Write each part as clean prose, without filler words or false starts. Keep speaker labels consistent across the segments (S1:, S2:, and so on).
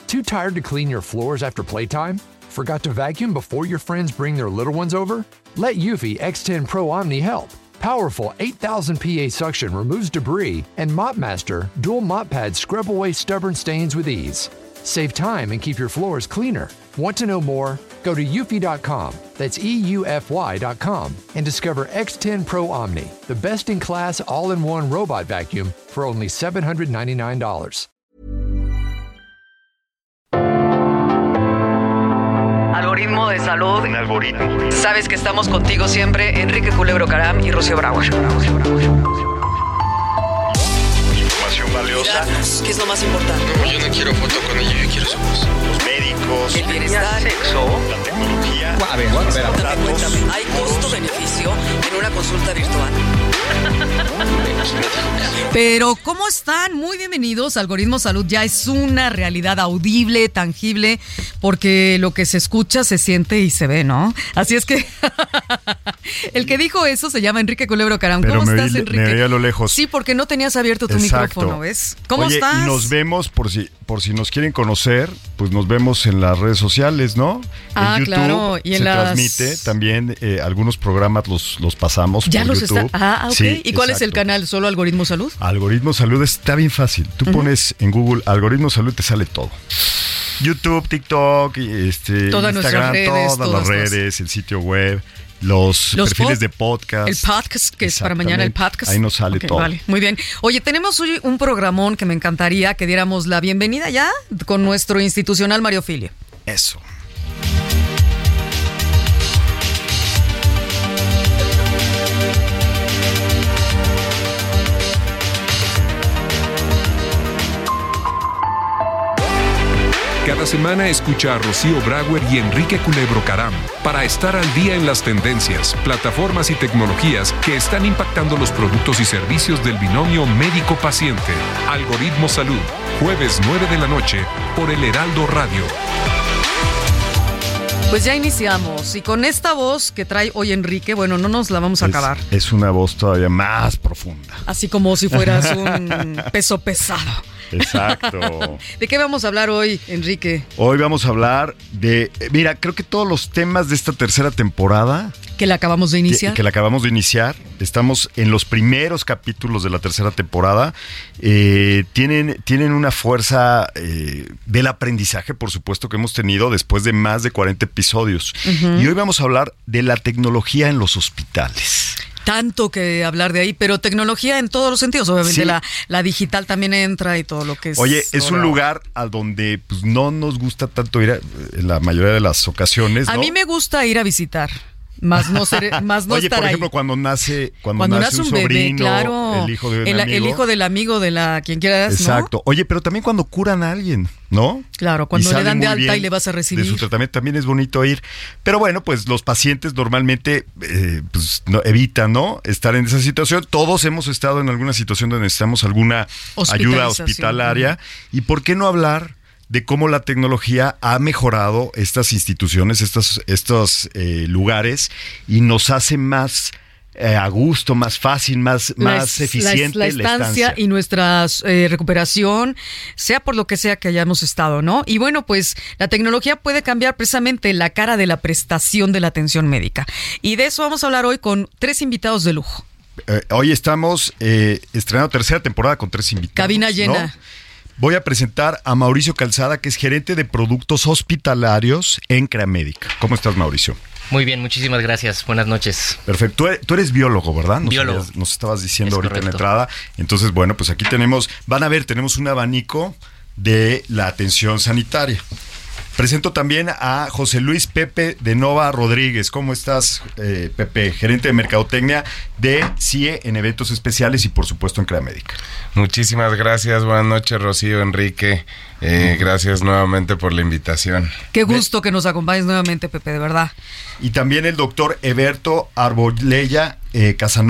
S1: Too tired to clean your floors after playtime? Forgot to vacuum before your friends bring their little ones over? Let Eufy X10 Pro Omni help. Powerful 8,000 PA suction removes debris, and MopMaster dual mop pads scrub away stubborn stains with ease. Save time and keep your floors cleaner. Want to know more? Go to eufy.com, that's EUFY.com, and discover X10 Pro Omni, the best-in-class all-in-one robot vacuum for only $799.
S2: Algoritmo de salud.
S3: Un algoritmo.
S2: Sabes que estamos contigo siempre, Enrique Culebro Caram y Rocío Brauer.
S3: Información valiosa.
S2: ¿Qué es lo más importante?
S4: No, yo no quiero foto con ella, yo quiero su voz.
S3: Los médicos.
S2: El bienestar.
S3: Sexo. La tecnología.
S4: A ver,
S2: Cuéntame, ¿hay costo-beneficio en una consulta virtual? Pero, ¿cómo están? Muy bienvenidos. Algoritmo Salud ya es una realidad audible, tangible, porque lo que se escucha, se siente y se ve, ¿no? Así es que el que dijo eso se llama Enrique Culebro Caram. ¿Cómo estás, Enrique?
S3: Me veía a lo lejos.
S2: Sí, porque no tenías abierto tu micrófono, ¿ves? ¿Cómo estás?
S3: Y nos vemos, por si nos quieren conocer, pues nos vemos en las redes sociales, ¿no? En YouTube,
S2: claro. Y en
S3: transmite también, algunos programas los pasamos
S2: ya
S3: por
S2: los
S3: YouTube.
S2: está. Ok.
S3: Sí,
S2: ¿Y cuál es el canal? ¿Solo Algoritmo Salud?
S3: Algoritmo Salud está bien fácil. Tú pones en Google Algoritmo Salud, te sale todo. YouTube, TikTok,
S2: Todas
S3: Instagram,
S2: redes,
S3: todas las redes, el sitio web, los perfiles de podcast.
S2: El podcast, que es para mañana el podcast.
S3: Ahí nos sale todo.
S2: Vale, muy bien. Oye, tenemos hoy un programón que me encantaría que diéramos la bienvenida ya con nuestro institucional Mario Filio.
S3: Eso.
S5: Cada semana escucha a Rocío Brauer y Enrique Culebro Caram para estar al día en las tendencias, plataformas y tecnologías que están impactando los productos y servicios del binomio médico-paciente. Algoritmo Salud, jueves 9 de la noche por El Heraldo Radio.
S2: Pues ya iniciamos y con esta voz que trae hoy Enrique, bueno, no nos la vamos a acabar.
S3: Es una voz todavía más profunda.
S2: Así como si fueras un peso pesado.
S3: Exacto.
S2: ¿De qué vamos a hablar hoy, Enrique?
S3: Hoy vamos a hablar de... Mira, creo que todos los temas de esta tercera temporada...
S2: Que la acabamos de iniciar.
S3: Que la acabamos de iniciar. Estamos en los primeros capítulos de la tercera temporada. Tienen una fuerza del aprendizaje, por supuesto, que hemos tenido después de más de 40 episodios. Uh-huh. Y hoy vamos a hablar de la tecnología en los hospitales.
S2: Tanto que hablar de ahí, pero tecnología en todos los sentidos. Obviamente sí. la digital también entra y todo lo que es...
S3: Oye, es un lugar a donde pues, no nos gusta tanto ir en la mayoría de las ocasiones, ¿no?
S2: A mí me gusta ir a visitar. Más no estar
S3: Oye, por ejemplo,
S2: ahí.
S3: cuando nace un sobrino,
S2: bebé, claro,
S3: el hijo de un amigo.
S2: El hijo del amigo de la quien quieras,
S3: exacto.
S2: ¿no?
S3: Oye, pero también cuando curan a alguien, ¿no?
S2: Claro, cuando le dan de alta y le vas a recibir.
S3: De su tratamiento también es bonito ir. Pero bueno, pues los pacientes normalmente evitan, ¿no? Estar en esa situación. Todos hemos estado en alguna situación donde necesitamos alguna ayuda hospitalaria. ¿Y por qué no hablar de cómo la tecnología ha mejorado estas instituciones, estos lugares, y nos hace más a gusto, más fácil, más eficiente
S2: la estancia y nuestra recuperación, sea por lo que sea que hayamos estado, ¿no? Y bueno, pues la tecnología puede cambiar precisamente la cara de la prestación de la atención médica. Y de eso vamos a hablar hoy con 3 invitados de lujo.
S3: Hoy estamos estrenando tercera temporada con 3 invitados.
S2: Cabina llena.
S3: ¿No? Voy a presentar a Mauricio Calzada, que es gerente de productos hospitalarios en Creamedica. ¿Cómo estás, Mauricio?
S4: Muy bien, muchísimas gracias. Buenas noches.
S3: Perfecto. Tú eres biólogo, ¿verdad?
S4: Biólogo.
S3: Nos estabas diciendo ahorita
S4: correcto.
S3: en la entrada. Entonces, bueno, pues aquí tenemos un abanico de la atención sanitaria. Presento también a José Luis Pepe de Nova Rodríguez. ¿Cómo estás, Pepe? Gerente de Mercadotecnia de CIE en eventos especiales y, por supuesto, en Creamedica.
S6: Muchísimas gracias. Buenas noches, Rocío, Enrique. Gracias nuevamente por la invitación.
S2: Qué gusto que nos acompañes nuevamente, Pepe, de verdad.
S3: Y también el doctor Eberto Arbolella Casanova.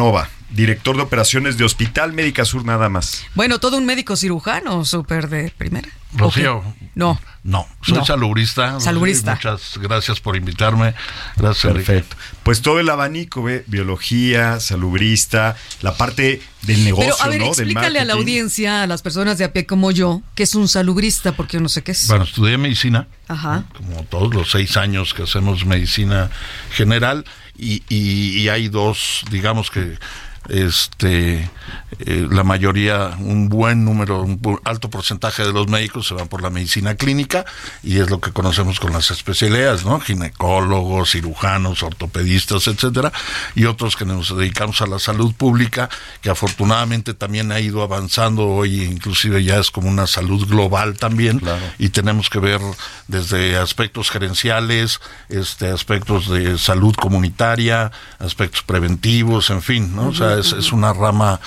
S3: director de operaciones de Hospital Médica Sur, nada más.
S2: Bueno, todo un médico cirujano, súper de primera.
S7: Rocío.
S2: Okay. No,
S7: soy salubrista.
S2: Salubrista.
S7: Muchas gracias por invitarme. Gracias,
S3: perfecto. Pues todo el abanico, biología, salubrista, la parte del negocio,
S2: pero, a ver,
S3: ¿no?
S2: Explícale a la audiencia, a las personas de a pie como yo, qué es un salubrista, porque yo no sé qué es.
S7: Bueno, estudié medicina,
S2: ajá,
S7: como todos los 6 años que hacemos medicina general, y hay dos, digamos que la mayoría, un buen número, un alto porcentaje de los médicos se van por la medicina clínica, y es lo que conocemos con las especialidades, ¿no? Ginecólogos, cirujanos, ortopedistas, etcétera, y otros que nos dedicamos a la salud pública, que afortunadamente también ha ido avanzando hoy, inclusive ya es como una salud global también, claro. Y tenemos que ver desde aspectos gerenciales, aspectos de salud comunitaria, aspectos preventivos, en fin, ¿no? O sea, es una rama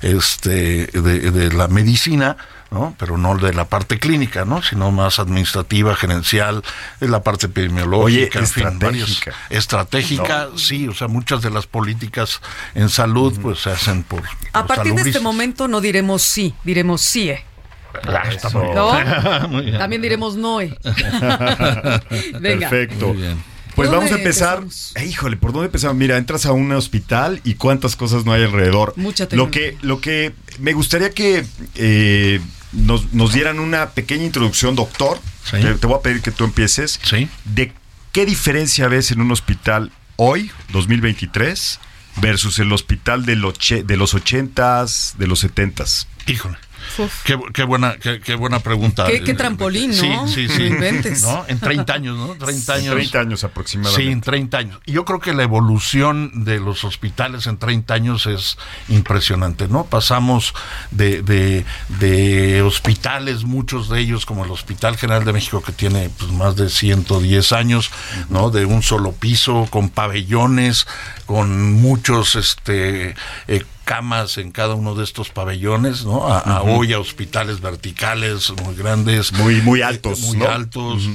S7: de la medicina, ¿no? Pero no de la parte clínica, ¿no? Sino más administrativa, gerencial, de la parte epidemiológica, en fin, estratégica, no. Sí, o sea, muchas de las políticas en salud pues se hacen por
S2: a partir de este momento no diremos sí, diremos sí.
S7: Está muy bien.
S2: ¿No?
S7: Muy bien.
S2: También diremos no. Venga.
S3: Perfecto. Muy bien. Pues vamos a empezar. Híjole, ¿por dónde empezamos? Mira, entras a un hospital y cuántas cosas no hay alrededor.
S2: Mucha
S3: tecnología. Lo que me gustaría que nos dieran una pequeña introducción, doctor. Sí. Te voy a pedir que tú empieces.
S7: Sí.
S3: ¿De qué diferencia ves en un hospital hoy, 2023, versus el hospital de los 80s, de los 70s?
S7: Híjole. Qué buena pregunta.
S2: Qué trampolín, ¿no?
S7: Sí. ¿No? En 30 años, ¿no?
S3: 30 años aproximadamente.
S7: Sí, en 30 años. Y yo creo que la evolución de los hospitales en 30 años es impresionante, ¿no? Pasamos de hospitales, muchos de ellos, como el Hospital General de México, que tiene pues más de 110 años, ¿no? De un solo piso, con pabellones, con muchos camas en cada uno de estos pabellones, ¿no? A hoy a hospitales verticales muy grandes,
S3: muy altos,
S7: muy
S3: ¿no?
S7: altos,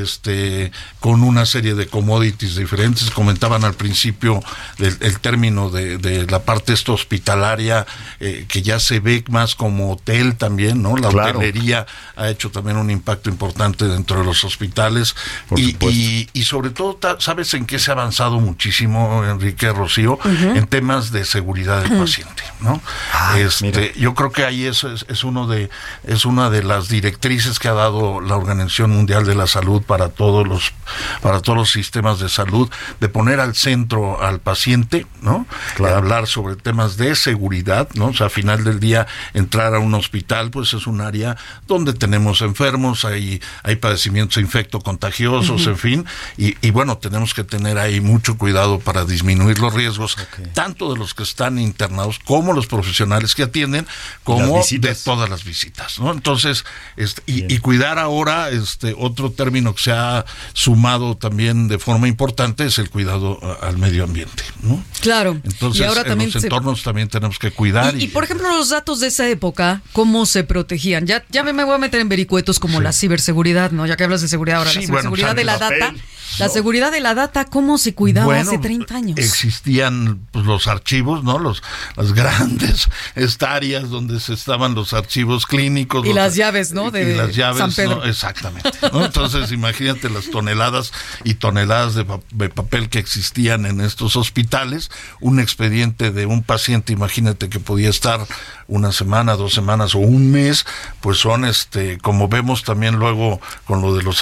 S7: con una serie de commodities diferentes. Comentaban al principio el término de la parte hospitalaria, que ya se ve más como hotel también, ¿no? La hotelería ha hecho también un impacto importante dentro de los hospitales, y sobre todo, ¿sabes en qué se ha avanzado muchísimo, Enrique, Rocío? En temas de seguridad del paciente, ¿no? Yo creo que ahí es una de las directrices que ha dado la Organización Mundial de la Salud para todos los sistemas de salud, de poner al centro al paciente, ¿no? Claro. De hablar sobre temas de seguridad, ¿no? O sea, al final del día, entrar a un hospital pues es un área donde tenemos enfermos, hay padecimientos infectocontagiosos, en fin, y bueno, tenemos que tener ahí mucho cuidado para disminuir los riesgos, tanto de los que están internados como los profesionales que atienden, como de todas las visitas, ¿no? Entonces, y cuidar ahora, otro término que se ha sumado también de forma importante es el cuidado al medio ambiente, ¿no?
S2: Claro.
S7: Entonces, y ahora en también los entornos también tenemos que cuidar.
S2: Y por ejemplo, los datos de esa época, ¿cómo se protegían? Ya me voy a meter en vericuetos como la ciberseguridad, ¿no? Ya que hablas de seguridad ahora, la ciberseguridad de la data. La seguridad de la data, ¿cómo se cuidaba hace 30 años?
S7: Existían pues, los archivos, ¿no? Las grandes áreas donde se estaban los archivos clínicos.
S2: Y las llaves, ¿no? De
S7: las llaves,
S2: San Pedro.
S7: ¿no? Exactamente, ¿no? Entonces, imagínate las toneladas y toneladas de papel que existían en estos hospitales. Un expediente de un paciente, imagínate que podía estar una semana, 2 semanas o un mes, pues son como vemos también luego con lo de los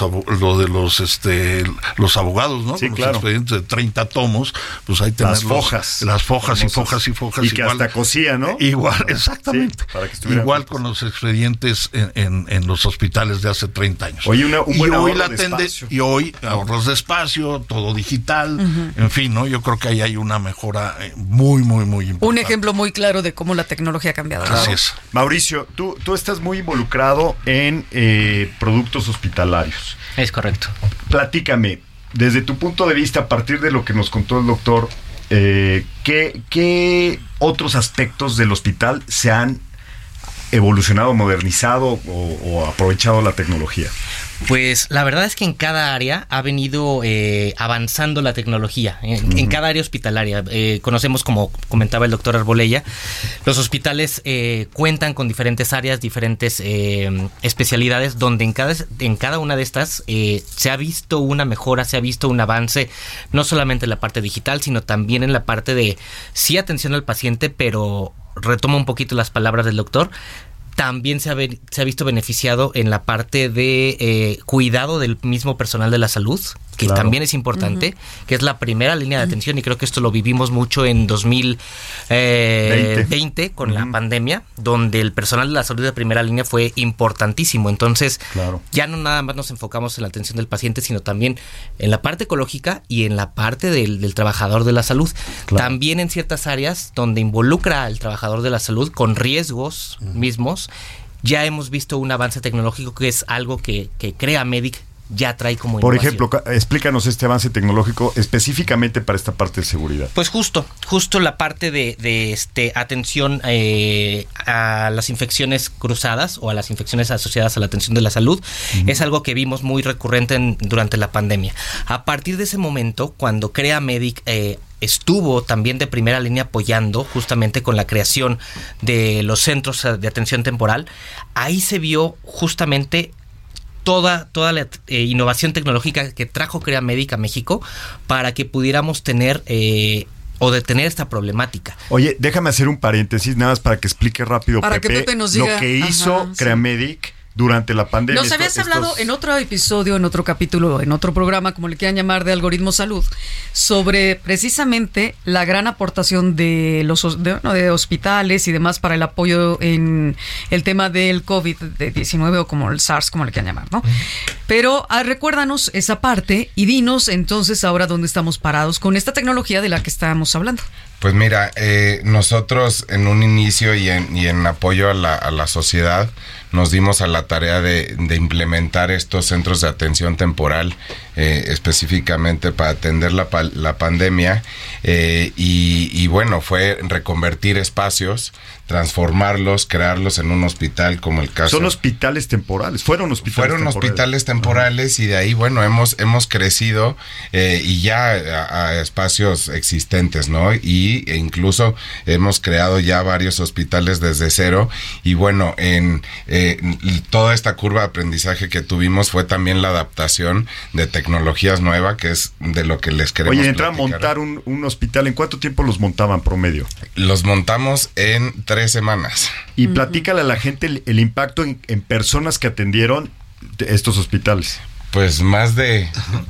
S7: abogados, ¿no?
S3: Sí,
S7: con
S3: claro.
S7: Los expedientes de 30 tomos, pues ahí tenemos las fojas y fojas y fojas.
S3: Y que igual, hasta cosía, ¿no?
S7: Igual, exactamente.
S3: Sí, para que
S7: igual con los expedientes en los hospitales de hace 30 años.
S3: Oye, un buen
S7: hoy hoy ahorros de espacio, todo digital, en fin, ¿no? Yo creo que ahí hay una mejora muy, muy, muy importante.
S2: Un ejemplo muy claro de cómo la tecnología ha cambiado.
S7: Gracias.
S3: Mauricio, tú estás muy involucrado en productos hospitalarios.
S4: Es correcto.
S3: Platícame, desde tu punto de vista, a partir de lo que nos contó el doctor, ¿qué otros aspectos del hospital se han evolucionado, modernizado o aprovechado la tecnología?
S4: Pues la verdad es que en cada área ha venido avanzando la tecnología, en cada área hospitalaria. Conocemos, como comentaba el doctor Arbolella, los hospitales cuentan con diferentes áreas, diferentes especialidades, donde en cada una de estas se ha visto una mejora, se ha visto un avance, no solamente en la parte digital, sino también en la parte de, sí, atención al paciente, pero retomo un poquito las palabras del doctor, también se ha visto beneficiado en la parte de cuidado del mismo personal de la salud, que también es importante, que es la primera línea de atención, y creo que esto lo vivimos mucho en 2020 con la pandemia, donde el personal de la salud de primera línea fue importantísimo. Entonces, ya no nada más nos enfocamos en la atención del paciente, sino también en la parte ecológica y en la parte del trabajador de la salud. También en ciertas áreas donde involucra al trabajador de la salud con riesgos mismos, ya hemos visto un avance tecnológico que es algo que CreaMedic ya trae como
S3: Por
S4: innovación.
S3: ejemplo, explícanos este avance tecnológico específicamente para esta parte de seguridad.
S4: Pues justo la parte de atención a las infecciones cruzadas o a las infecciones asociadas a la atención de la salud es algo que vimos muy recurrente durante la pandemia. A partir de ese momento, cuando CreaMedic estuvo también de primera línea apoyando justamente con la creación de los centros de atención temporal, ahí se vio justamente toda la innovación tecnológica que trajo CreaMedic a México para que pudiéramos tener o detener esta problemática.
S3: Oye, déjame hacer un paréntesis nada más para que explique rápido
S2: para que Pepe nos diga
S3: lo que hizo CreaMedic durante la pandemia.
S2: Nos habías hablado en otro episodio, en otro capítulo, en otro programa, como le quieran llamar, de Algoritmo Salud, sobre precisamente la gran aportación de de hospitales y demás para el apoyo en el tema del COVID-19 o como el SARS, como le quieran llamar, ¿no? Pero recuérdanos esa parte y dinos entonces ahora dónde estamos parados con esta tecnología de la que estábamos hablando.
S6: Pues mira, nosotros en un inicio y en apoyo a la sociedad nos dimos a la tarea de implementar estos centros de atención temporal específicamente para atender la pandemia y bueno, fue reconvertir espacios, transformarlos, crearlos en un hospital como el caso.
S3: Son hospitales temporales, fueron hospitales temporales
S6: y de ahí, bueno, hemos crecido y ya a espacios existentes, ¿no? E incluso hemos creado ya varios hospitales desde cero y bueno, en toda esta curva de aprendizaje que tuvimos fue también la adaptación de tecnologías nuevas, que es de lo que les queremos platicar.
S3: Oye, entrar a montar un hospital, ¿en cuánto tiempo los montaban promedio?
S6: Los montamos en 3 semanas.
S3: Y platícale a la gente el impacto en personas que atendieron estos hospitales.
S6: Pues más de...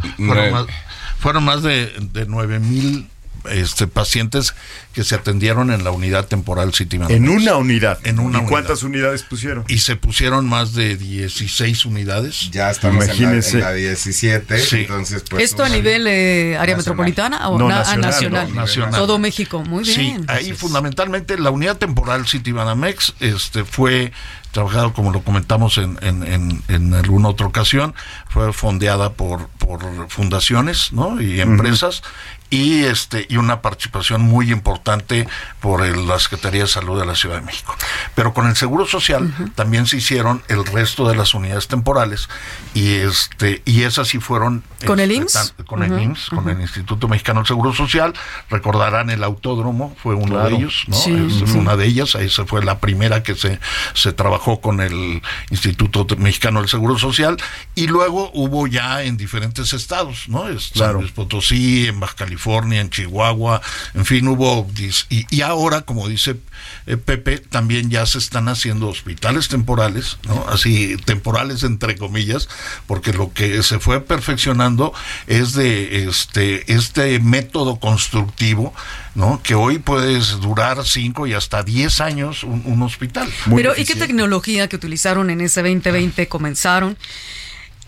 S7: fueron más de 9,000 pacientes que se atendieron en la unidad temporal Citibanamex.
S3: En una unidad.
S7: ¿Y
S3: cuántas unidades pusieron?
S7: Y se pusieron más de 16 unidades.
S6: Ya estamos en la 17. Sí. Entonces, pues,
S2: ¿esto a nivel área metropolitana o nacional? Todo México, muy bien.
S7: Sí, ahí fundamentalmente la unidad temporal Citibanamex fue trabajado, como lo comentamos en alguna otra ocasión, fue fondeada por fundaciones, ¿no? Y empresas, y una participación muy importante por la Secretaría de Salud de la Ciudad de México. Pero con el Seguro Social también se hicieron el resto de las unidades temporales y esas sí fueron
S2: con el IMSS,
S7: con el IMSS, con el Instituto Mexicano del Seguro Social. Recordarán el autódromo, fue uno de ellos, ¿no?
S2: Sí,
S7: fue una de ellas, esa fue la primera que se trabajó con el Instituto Mexicano del Seguro Social, y luego hubo ya en diferentes estados, ¿no? San Luis Potosí, en Baja California, en Chihuahua, en fin, hubo, y ahora, como dice Pepe, también ya se están haciendo hospitales temporales, ¿no? Así, temporales entre comillas, porque lo que se fue perfeccionando es de este método constructivo, ¿no? Que hoy puedes durar 5 y hasta 10 años un hospital.
S2: Pero, ¿y qué tecnología que utilizaron en ese 2020 comenzaron?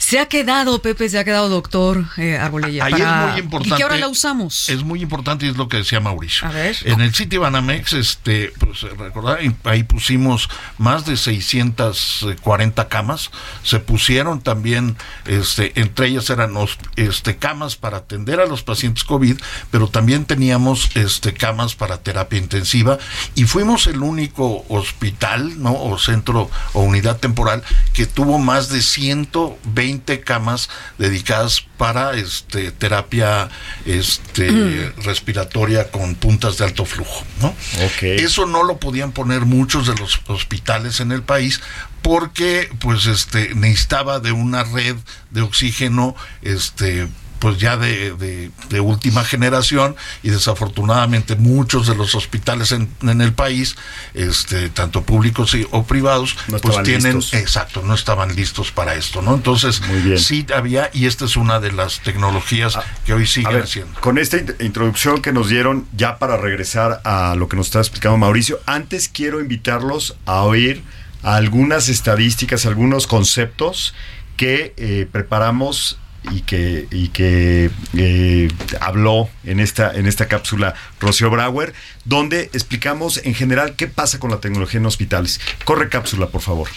S2: Se ha quedado, Pepe, doctor Arbolella.
S7: Ahí es muy importante.
S2: ¿Y qué hora la usamos?
S7: Es muy importante y es lo que decía Mauricio.
S2: A ver.
S7: En el sitio Banamex, pues recordar, ahí pusimos más de 640 camas. Se pusieron también, entre ellas eran camas para atender a los pacientes COVID, pero también teníamos camas para terapia intensiva, y fuimos el único hospital, ¿no?, o centro o unidad temporal que tuvo más de 120 camas dedicadas para terapia respiratoria con puntas de alto flujo, ¿no?
S3: Okay.
S7: Eso no lo podían poner muchos de los hospitales en el país porque pues necesitaba de una red de oxígeno pues ya de última generación, y desafortunadamente muchos de los hospitales en el país, tanto públicos o privados,
S3: no
S7: pues tienen,
S3: listos.
S7: Exacto, no estaban listos para esto, ¿no? Entonces, sí había, y esta es una de las tecnologías que hoy siguen haciendo.
S3: Con esta introducción que nos dieron, ya para regresar a lo que nos está explicando Mauricio, antes quiero invitarlos a oír algunas estadísticas, algunos conceptos que preparamos y que habló en esta cápsula Rocío Brauer, donde explicamos en general qué pasa con la tecnología en hospitales. Corre cápsula, por favor.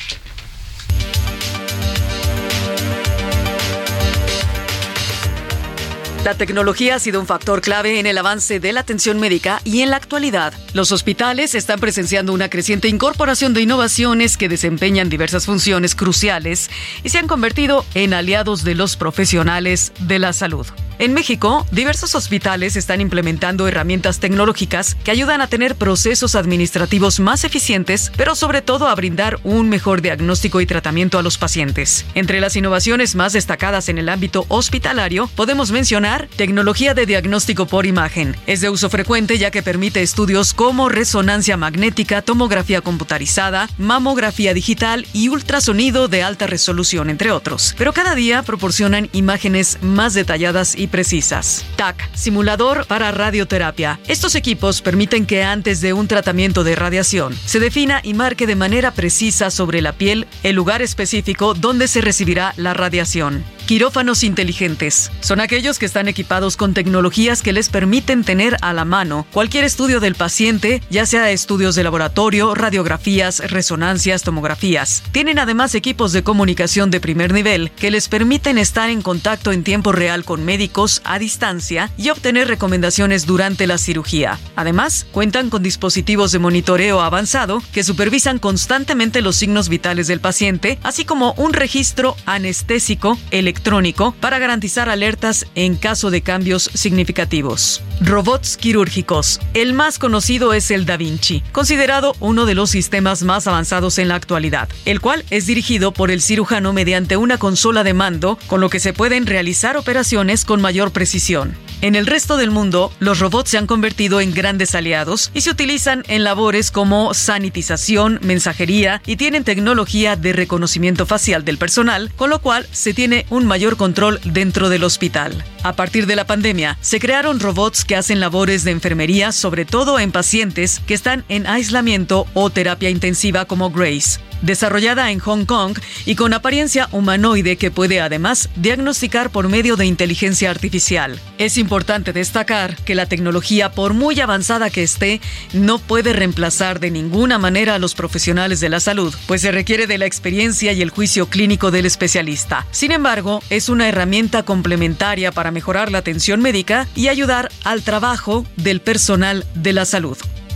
S2: La tecnología ha sido un factor clave en el avance de la atención médica, y en la actualidad, los hospitales están presenciando una creciente incorporación de innovaciones que desempeñan diversas funciones cruciales y se han convertido en aliados de los profesionales de la salud. En México, diversos hospitales están implementando herramientas tecnológicas que ayudan a tener procesos administrativos más eficientes, pero sobre todo a brindar un mejor diagnóstico y tratamiento a los pacientes. Entre las innovaciones más destacadas en el ámbito hospitalario, podemos mencionar tecnología de diagnóstico por imagen. Es de uso frecuente ya que permite estudios como resonancia magnética, tomografía computarizada, mamografía digital y ultrasonido de alta resolución, entre otros. Pero cada día proporcionan imágenes más detalladas y precisas. TAC, simulador para radioterapia. Estos equipos permiten que antes de un tratamiento de radiación se defina y marque de manera precisa sobre la piel el lugar específico donde se recibirá la radiación. Quirófanos inteligentes. Son aquellos que están equipados con tecnologías que les permiten tener a la mano cualquier estudio del paciente, ya sea estudios de laboratorio, radiografías, resonancias, tomografías. Tienen además equipos de comunicación de primer nivel que les permiten estar en contacto en tiempo real con médicos a distancia y obtener recomendaciones durante la cirugía. Además, cuentan con dispositivos de monitoreo avanzado que supervisan constantemente los signos vitales del paciente, así como un registro anestésico electrónico para garantizar alertas en caso de cambios significativos. Robots quirúrgicos. El más conocido es el Da Vinci, considerado uno de los sistemas más avanzados en la actualidad, el cual es dirigido por el cirujano mediante una consola de mando, con lo que se pueden realizar operaciones con mayor precisión. En el resto del mundo, los robots se han convertido en grandes aliados y se utilizan en labores como sanitización, mensajería, y tienen tecnología de reconocimiento facial del personal, con lo cual se tiene un mayor control dentro del hospital. A partir de la pandemia, se crearon robots que hacen labores de enfermería, sobre todo en pacientes que están en aislamiento o terapia intensiva, como Grace, desarrollada en Hong Kong y con apariencia humanoide, que puede además diagnosticar por medio de inteligencia artificial. Es importante destacar que la tecnología, por muy avanzada que esté, no puede reemplazar de ninguna manera a los profesionales de la salud, pues se requiere de la experiencia y el juicio clínico del especialista. Sin embargo, es una herramienta complementaria para mejorar la atención médica y ayudar al trabajo del personal de la salud.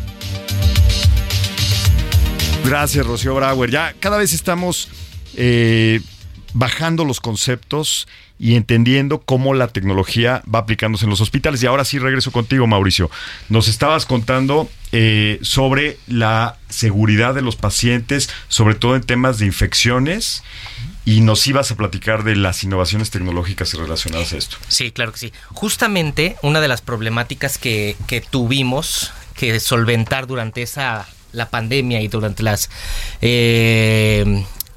S3: Gracias, Rocío Brauer. Ya cada vez estamos bajando los conceptos y entendiendo cómo la tecnología va aplicándose en los hospitales. Y ahora sí regreso contigo, Mauricio. Nos estabas contando sobre la seguridad de los pacientes, sobre todo en temas de infecciones, y nos ibas a platicar de las innovaciones tecnológicas relacionadas a esto.
S4: Sí, claro que sí. Justamente una de las problemáticas que tuvimos que solventar durante la pandemia y durante las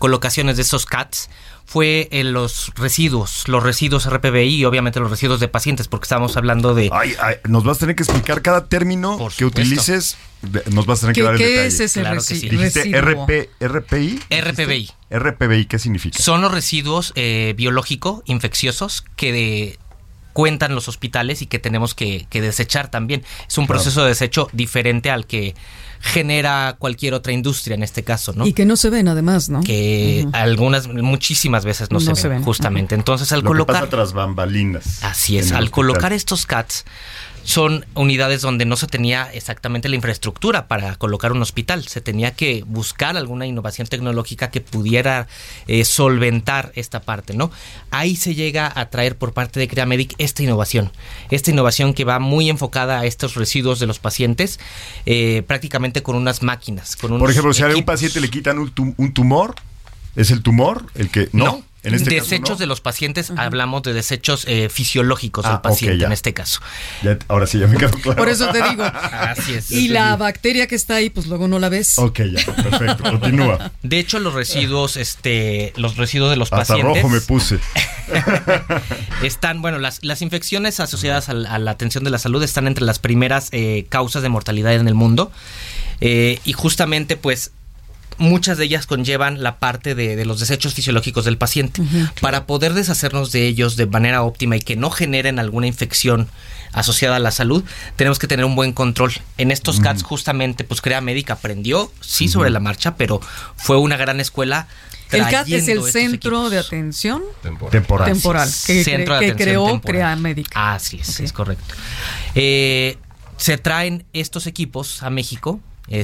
S4: colocaciones de esos CATs fue en los residuos RPBI y obviamente los residuos de pacientes, porque estamos hablando de...
S3: Nos vas a tener que explicar cada término que utilices, nos vas a tener que dar el detalle.
S2: ¿Qué es ese residuo?
S3: Dijiste RPI. RPBI, ¿qué significa?
S4: Son los residuos biológicos infecciosos que cuentan los hospitales y que tenemos que desechar también. Es un proceso de desecho diferente al que genera cualquier otra industria en este caso, ¿no?
S2: Y que no se ven además, ¿no?
S4: Que muchísimas veces no se ven, justamente. Entonces, al
S3: colocar...
S4: Lo
S3: que pasa tras bambalinas.
S4: Así es, al colocar estos CATs, son unidades donde no se tenía exactamente la infraestructura para colocar un hospital. Se tenía que buscar alguna innovación tecnológica que pudiera solventar esta parte, ¿no? Ahí se llega a traer por parte de CreaMedic esta innovación que va muy enfocada a estos residuos de los pacientes, prácticamente con unas máquinas. Por
S3: ejemplo, si a un paciente le quitan un tumor, ¿es el tumor el que...?
S4: No. En desechos de los pacientes, hablamos de desechos fisiológicos del paciente, en este caso.
S3: Ahora sí, ya me quedó claro.
S2: Por eso te digo.
S4: Así es.
S2: Y la bacteria que está ahí, pues luego no la ves.
S3: Ok, ya, perfecto, continúa.
S4: De hecho, los residuos de los
S3: hasta
S4: pacientes...
S3: rojo me puse.
S4: Están, bueno, las infecciones asociadas a la atención de la salud están entre las primeras causas de mortalidad en el mundo. Y justamente, pues, muchas de ellas conllevan la parte de los desechos fisiológicos del paciente. Para poder deshacernos de ellos de manera óptima y que no generen alguna infección asociada a la salud, tenemos que tener un buen control. En estos CATs, justamente, pues CreaMedic aprendió, sobre la marcha, pero fue una gran escuela.
S2: El CAT es el Centro de Atención
S3: Temporal.
S2: Que creó CreaMedic.
S4: Así es, es correcto. Se traen estos equipos a México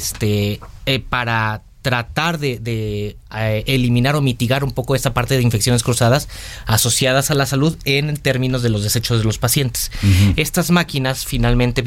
S4: para tratar de eliminar o mitigar un poco esta parte de infecciones cruzadas asociadas a la salud en términos de los desechos de los pacientes. Estas máquinas finalmente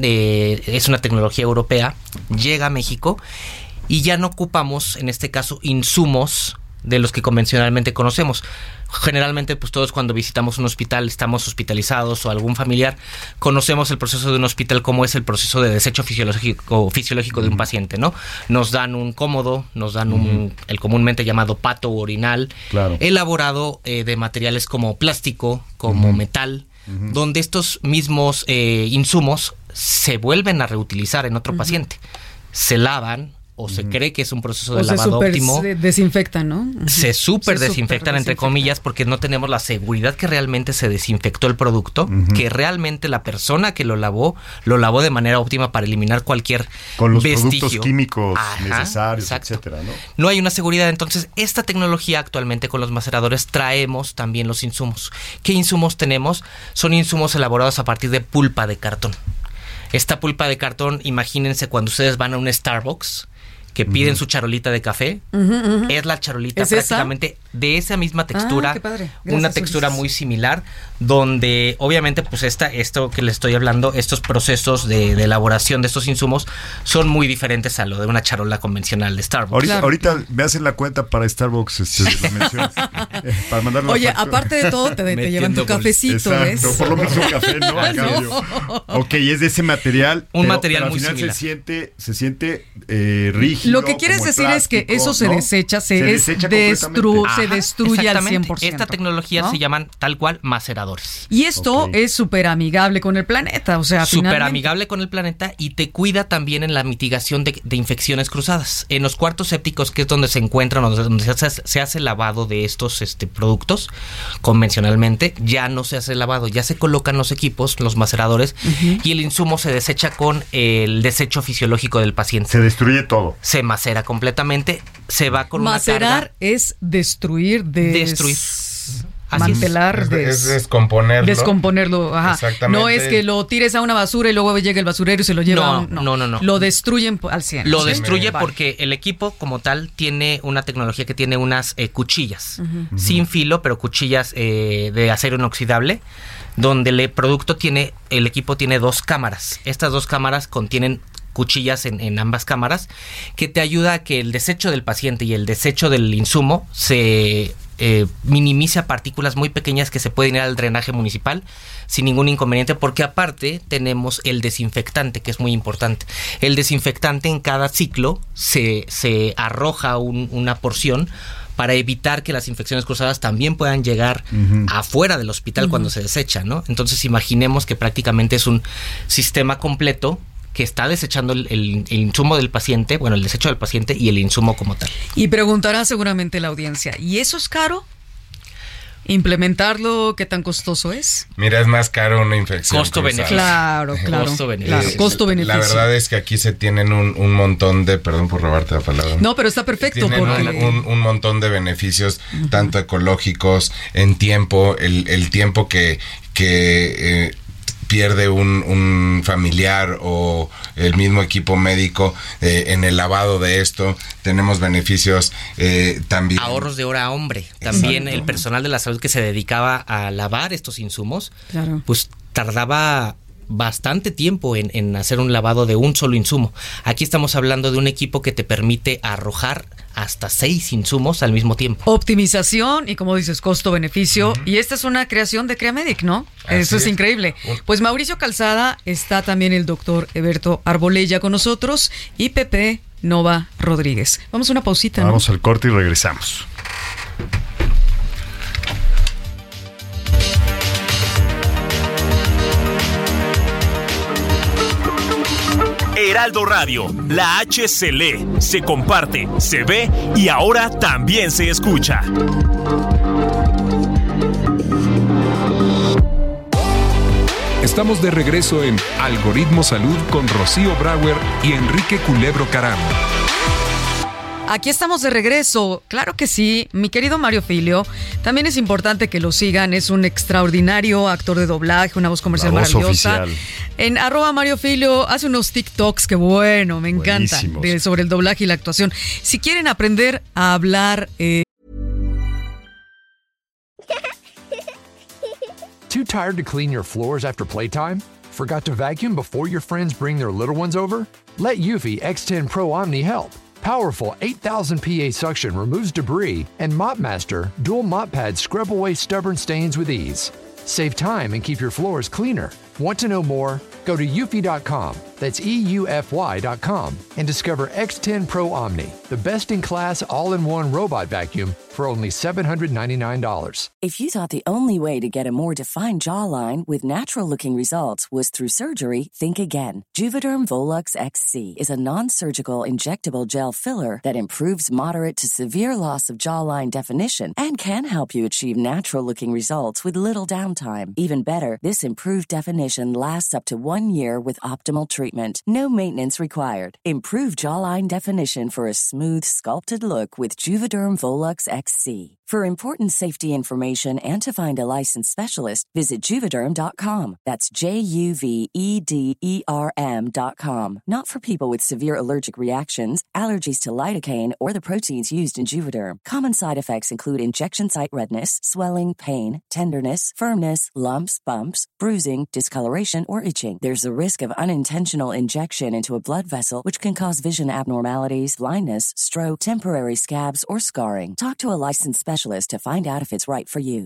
S4: es una tecnología europea, llega a México y ya no ocupamos, en este caso, insumos de los que convencionalmente conocemos. Generalmente, pues todos cuando visitamos un hospital, estamos hospitalizados o algún familiar, conocemos el proceso de un hospital como es el proceso de desecho fisiológico de un paciente, ¿no? Nos dan un cómodo, nos dan el comúnmente llamado pato orinal, elaborado de materiales como plástico, como metal, donde estos mismos insumos se vuelven a reutilizar en otro paciente. Se lavan, o se cree que es un proceso de lavado óptimo.
S2: Se desinfectan, ¿no?
S4: Se desinfectan, entre comillas, porque no tenemos la seguridad que realmente se desinfectó el producto, que realmente la persona que lo lavó de manera óptima para eliminar cualquier
S3: con los
S4: vestigio.
S3: Productos químicos necesarios, etcétera, ¿no?
S4: No hay una seguridad. Entonces, esta tecnología actualmente con los maceradores traemos también los insumos. ¿Qué insumos tenemos? Son insumos elaborados a partir de pulpa de cartón. Esta pulpa de cartón, imagínense cuando ustedes van a un Starbucks, que piden su charolita de café, es la charolita prácticamente de esa misma textura,
S2: qué padre. Gracias,
S4: una textura muy similar, donde obviamente pues esto que les estoy hablando, estos procesos de elaboración de estos insumos son muy diferentes a lo de una charola convencional de Starbucks.
S3: Ahorita me hacen la cuenta para Starbucks, la mención, para mandarlo.
S2: Oye, aparte de todo, te llevan tu cafecito, ¿ves?
S3: Por lo menos un café, ¿no? A cambio. Ok, es de ese material.
S4: Un material
S3: pero
S4: muy
S3: al final
S4: similar.
S3: se siente rígido.
S2: Lo que quieres decir
S3: plástico,
S2: es que eso se desecha, se destruye al 100%.
S4: Esta tecnología se llaman tal cual maceradores.
S2: Y esto es súper amigable con el planeta, o sea,
S4: súper amigable con el planeta y te cuida también en la mitigación de infecciones cruzadas. En los cuartos sépticos, que es donde se encuentran, donde se hace lavado de estos productos, convencionalmente ya no se hace lavado, ya se colocan los equipos, los maceradores, y el insumo se desecha con el desecho fisiológico del paciente.
S3: Se destruye todo.
S4: Se macera completamente, se va con
S2: macerar
S4: una carga.
S2: Es destruir,
S6: mantelar, es descomponerlo.
S2: Ajá.
S6: Exactamente.
S2: No es que lo tires a una basura y luego llega el basurero y se lo lleva.
S4: No.
S2: Lo destruyen al 100.
S4: Lo destruye porque el equipo como tal tiene una tecnología que tiene unas cuchillas sin filo, pero cuchillas de acero inoxidable, donde el equipo tiene 2 cámaras. Estas 2 cámaras contienen cuchillas en ambas cámaras, que te ayuda a que el desecho del paciente y el desecho del insumo se minimice a partículas muy pequeñas que se pueden ir al drenaje municipal sin ningún inconveniente, porque aparte tenemos el desinfectante, que es muy importante. El desinfectante en cada ciclo se arroja una porción para evitar que las infecciones cruzadas también puedan llegar afuera del hospital cuando se desecha, ¿no? Entonces imaginemos que prácticamente es un sistema completo que está desechando el insumo del paciente, bueno, el desecho del paciente y el insumo como tal.
S2: Y preguntará seguramente la audiencia, ¿y eso es caro? ¿Implementarlo qué tan costoso es?
S6: Mira, es más caro una infección.
S4: Costo-beneficio.
S2: Claro. Costo-beneficio.
S6: La verdad es que aquí se tienen un montón de... Perdón por robarte la palabra.
S2: No, pero está perfecto.
S6: Tienen un montón de beneficios, tanto ecológicos, en tiempo, el tiempo que pierde un familiar o el mismo equipo médico en el lavado de esto. Tenemos beneficios también.
S4: Ahorros de hora hombre. También el personal de la salud que se dedicaba a lavar estos insumos, pues tardaba bastante tiempo en hacer un lavado de un solo insumo. Aquí estamos hablando de un equipo que te permite arrojar hasta 6 insumos al mismo tiempo.
S2: Optimización y, como dices, costo-beneficio. Y esta es una creación de Creamedic, ¿no? Eso es increíble. Pues Mauricio Calzada, está también el doctor Eberto Arbolella con nosotros y Pepe Nova Rodríguez. Vamos a una pausita, ¿no?
S3: Vamos al corte y regresamos.
S8: Heraldo Radio, la H se lee, se comparte, se ve y ahora también se escucha.
S5: Estamos de regreso en Algoritmo Salud con Rocío Brauer y Enrique Culebro Caram.
S2: Aquí estamos de regreso, claro que sí, mi querido Mario Filio, también es importante que lo sigan, es un extraordinario actor de doblaje, una voz comercial maravillosa. Oficial. En @Mario Filio hace unos TikToks que bueno, me encanta, sobre el doblaje y la actuación. Si quieren aprender a hablar...
S1: Too tired to clean your floors after playtime? Forgot to vacuum before your friends bring their little ones over? Let Eufy X10 Pro Omni help. Powerful 8,000 PA suction removes debris, and MopMaster dual mop pads scrub away stubborn stains with ease. Save time and keep your floors cleaner. Want to know more? Go to eufy.com, that's EUFY.com, and discover X10 Pro Omni, the best-in-class all-in-one robot vacuum for only $799.
S9: If you thought the only way to get a more defined jawline with natural-looking results was through surgery, think again. Juvederm Volux XC is a non-surgical injectable gel filler that improves moderate to severe loss of jawline definition and can help you achieve natural-looking results with little downtime. Even better, this improved definition lasts up to 1 year with optimal treatment. No maintenance required. Improve jawline definition for a smooth, sculpted look with Juvederm Volux XC. For important safety information and to find a licensed specialist, visit Juvederm.com. That's JUVEDERM.com. Not for people with severe allergic reactions, allergies to lidocaine, or the proteins used in Juvederm. Common side effects include injection site redness, swelling, pain, tenderness, firmness, lumps, bumps, bruising, discoloration, or itching. There's a risk of unintentional injection into a blood vessel, which can cause vision abnormalities, blindness, stroke, temporary scabs, or scarring. Talk to a licensed specialist to find out if it's right for you.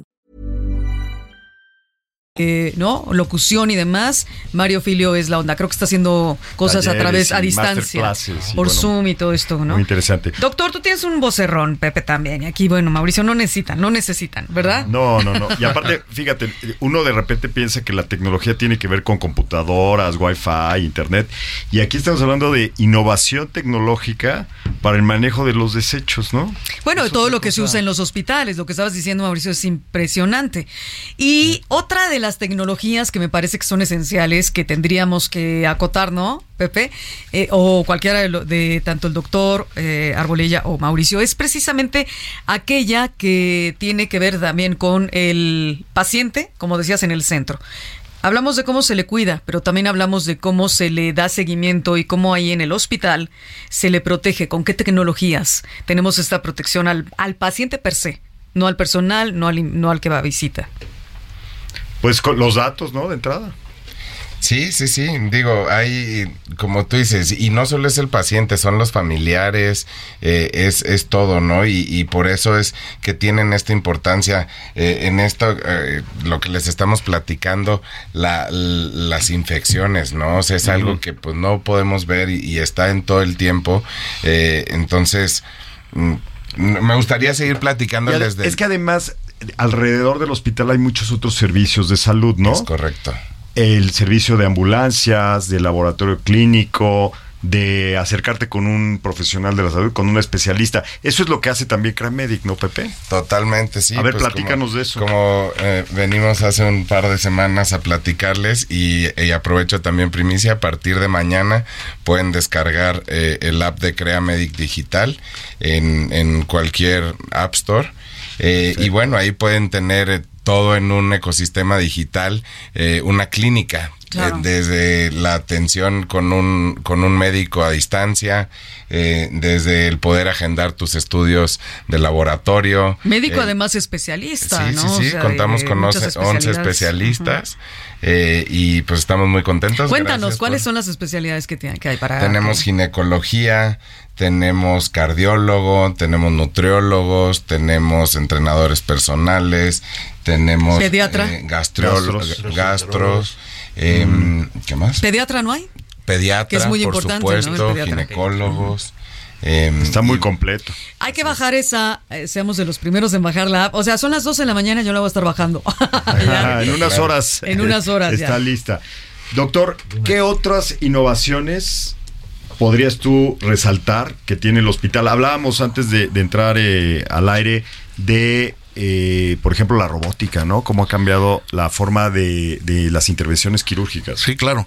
S2: ¿No? Locución y demás. Mario Filio es la onda. Creo que está haciendo cosas a través, a distancia. Por Zoom y todo esto, ¿no?
S3: Muy interesante.
S2: Doctor, tú tienes un vocerrón, Pepe también. Y aquí, bueno, Mauricio, no necesitan, ¿verdad?
S3: No. Y aparte, fíjate, uno de repente piensa que la tecnología tiene que ver con computadoras, Wi-Fi, internet. Y aquí estamos hablando de innovación tecnológica para el manejo de los desechos, ¿no?
S2: Bueno, todo lo que se usa en los hospitales. Lo que estabas diciendo, Mauricio, es impresionante. Y otra de las tecnologías que me parece que son esenciales, que tendríamos que acotar, ¿no, Pepe? O cualquiera de tanto el doctor Arbolella o Mauricio, es precisamente aquella que tiene que ver también con el paciente, como decías, en el centro. Hablamos de cómo se le cuida, pero también hablamos de cómo se le da seguimiento y cómo ahí en el hospital se le protege, con qué tecnologías tenemos esta protección al paciente per se, no al personal, no al que va a visita.
S3: Pues con los datos, ¿no? De entrada.
S6: Sí. Digo, hay, como tú dices, y no solo es el paciente, son los familiares, es todo, ¿no? Y por eso es que tienen esta importancia en esto, lo que les estamos platicando, las infecciones, ¿no? O sea, es algo que pues no podemos ver y está en todo el tiempo. Entonces, Me gustaría seguir platicando desde...
S3: Es que además, alrededor del hospital hay muchos otros servicios de salud, ¿no?
S6: Es correcto.
S3: El servicio de ambulancias, de laboratorio clínico, de acercarte con un profesional de la salud, con un especialista. Eso es lo que hace también CRAMedic, ¿no, Pepe?
S6: Totalmente, sí.
S3: A ver, pues platícanos de eso.
S6: Como venimos hace un par de semanas a platicarles y aprovecho también primicia, a partir de mañana pueden descargar el app de CRAMedic Digital en cualquier App Store. Sí. Y bueno, ahí pueden tener todo en un ecosistema digital, una clínica. Claro. Desde la atención con un médico a distancia, desde el poder agendar tus estudios de laboratorio.
S2: Médico además especialista,
S6: sí,
S2: ¿no?
S6: Sí, sí, o sea, contamos con 11 especialistas. Y pues estamos muy contentos.
S2: Cuéntanos, ¿cuáles son las especialidades que hay para...?
S6: Tenemos ginecología, tenemos cardiólogo, tenemos nutriólogos, tenemos entrenadores personales, tenemos...
S2: ¿Pediatra?
S6: Gastros. ¿Qué más?
S2: ¿Pediatra no hay?
S6: Pediatra,
S2: que es muy
S6: por
S2: importante,
S6: supuesto,
S2: ¿no?
S6: ginecólogos.
S3: Está muy completo.
S2: Hay que bajar esa, seamos de los primeros en bajar la app. O sea, son las 12 de la mañana, yo la voy a estar bajando.
S3: En unas horas.
S2: En unas horas
S3: está
S2: ya.
S3: Lista. Doctor, ¿qué otras innovaciones podrías tú resaltar que tiene el hospital? Hablábamos antes de entrar al aire de... por ejemplo, la robótica, ¿no? Cómo ha cambiado la forma de las intervenciones quirúrgicas.
S7: Sí, claro.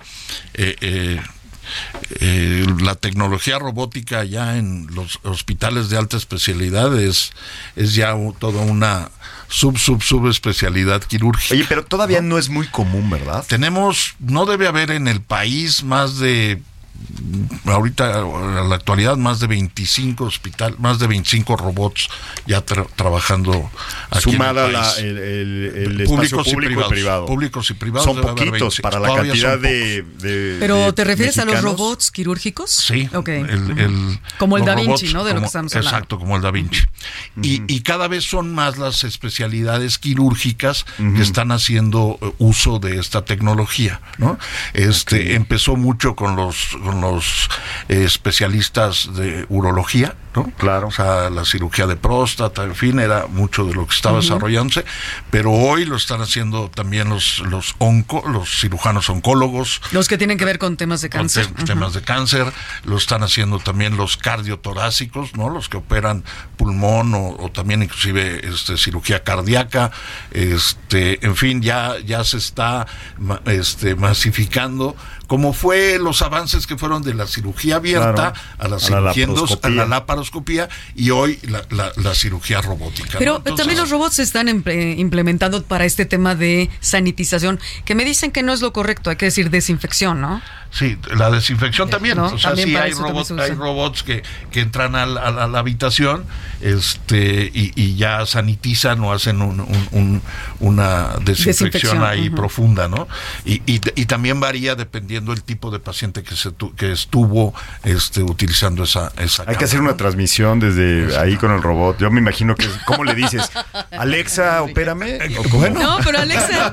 S7: La tecnología robótica ya en los hospitales de alta especialidad es ya toda una subespecialidad quirúrgica.
S3: Oye, pero todavía no es muy común, ¿verdad?
S7: No debe haber en el país más de... Ahorita, en la actualidad, más de 25 robots ya trabajando aquí.
S3: Sumada el espacio público y privado.
S7: Públicos y privados.
S3: Son poquitos para la cantidad de
S2: ¿Pero te refieres
S3: mexicanos?
S2: A los robots quirúrgicos?
S7: Sí.
S2: Okay. Como el Da Vinci, ¿no? De lo que estamos hablando.
S7: Exacto, como el Da Vinci. Y cada vez son más las especialidades quirúrgicas que están haciendo uso de esta tecnología, ¿no? Empezó mucho con los especialistas de urología, ¿no?
S3: Claro.
S7: O sea, la cirugía de próstata, en fin, era mucho de lo que estaba desarrollándose, pero hoy lo están haciendo también los cirujanos oncólogos.
S2: Los que tienen que ver con temas de cáncer.
S7: Temas de cáncer, lo están haciendo también los cardiotorácicos, ¿no? Los que operan pulmón o también inclusive cirugía cardíaca, en fin, ya se está masificando, como fue los avances que fueron de la cirugía abierta, claro, a la laparoscopía y hoy la cirugía robótica.
S2: Pero
S7: ¿no? Entonces,
S2: también los robots se están implementando para este tema de sanitización, que me dicen que no es lo correcto, hay que decir desinfección, ¿no?
S7: Sí, la desinfección también, ¿no? O sea,
S2: también
S7: sí hay robots que entran a la habitación y ya sanitizan o hacen una desinfección ahí profunda, ¿no? Y también varía dependiendo el tipo de paciente que estuvo utilizando esa
S3: Hay que hacer una transmisión desde ahí con el robot. Yo me imagino que ¿cómo le dices? Alexa, opérame.
S2: Bueno. No, pero Alexa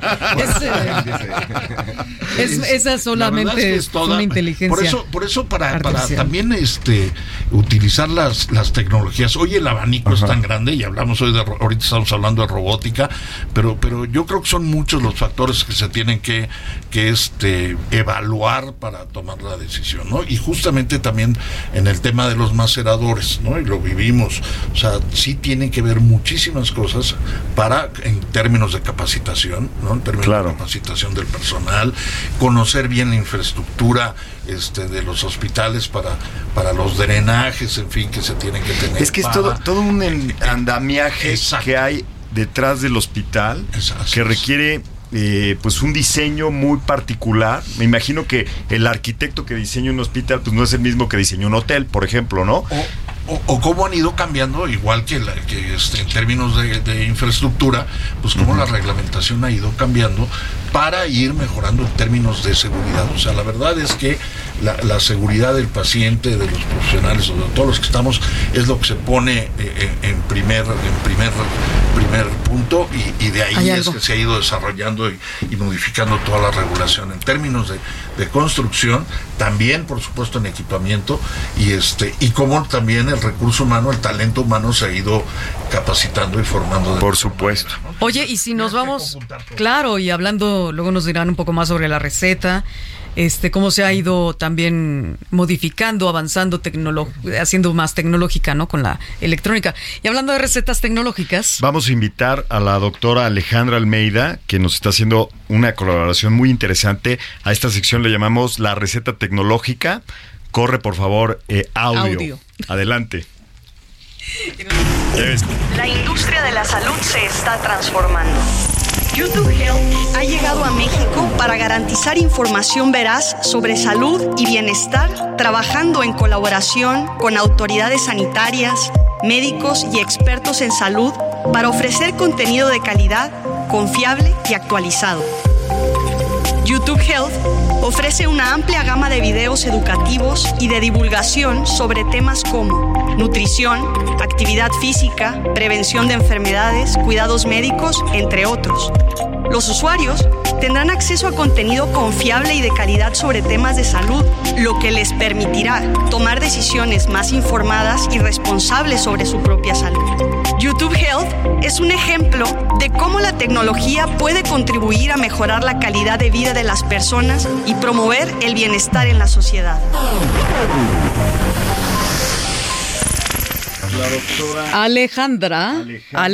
S2: esa solamente es una inteligencia.
S7: Por eso para también utilizar las tecnologías. Hoy el abanico es tan grande y hablamos hoy ahorita estamos hablando de robótica, pero yo creo que son muchos los factores que se tienen que evaluar para tomar la decisión, ¿no? Y justamente también en el tema de los maceradores, ¿no? Y lo vivimos, o sea, sí tienen que ver muchísimas cosas en términos de capacitación, ¿no? En términos de capacitación del personal, conocer bien la infraestructura de los hospitales para los drenajes, en fin, que se tienen que tener.
S3: Es que es todo un andamiaje que hay detrás del hospital que requiere pues un diseño muy particular. Me imagino que el arquitecto que diseña un hospital pues no es el mismo que diseña un hotel, por ejemplo, ¿no?
S7: O cómo han ido cambiando, igual que en términos de infraestructura, pues cómo la reglamentación ha ido cambiando para ir mejorando en términos de seguridad. O sea, la verdad es que la seguridad del paciente, de los profesionales, de todos los que estamos, es lo que se pone en primer punto, y de ahí es que se ha ido desarrollando y modificando toda la regulación en términos de construcción, también por supuesto en equipamiento, y como también el recurso humano, el talento humano se ha ido capacitando y formando.
S3: Por supuesto.
S7: Manera, ¿no?
S2: Oye, y si nos vamos, claro, y hablando, luego nos dirán un poco más sobre la receta, cómo se ha ido también modificando, avanzando, haciendo más tecnológica, ¿no? Con la electrónica. Y hablando de recetas tecnológicas,
S3: vamos a invitar a la doctora Alejandra Almeida, que nos está haciendo una colaboración muy interesante. A esta sección le llamamos la receta tecnológica. Corre, por favor, audio. Adelante.
S10: La industria de la salud se está transformando. YouTube Health ha llegado a México para garantizar información veraz sobre salud y bienestar, trabajando en colaboración con autoridades sanitarias, médicos y expertos en salud para ofrecer contenido de calidad, confiable y actualizado. YouTube Health ofrece una amplia gama de videos educativos y de divulgación sobre temas como nutrición, actividad física, prevención de enfermedades, cuidados médicos, entre otros. Los usuarios tendrán acceso a contenido confiable y de calidad sobre temas de salud, lo que les permitirá tomar decisiones más informadas y responsables sobre su propia salud. YouTube Health es un ejemplo de cómo la tecnología puede contribuir a mejorar la calidad de vida de las personas y promover el bienestar en la sociedad.
S3: La doctora
S2: Alejandra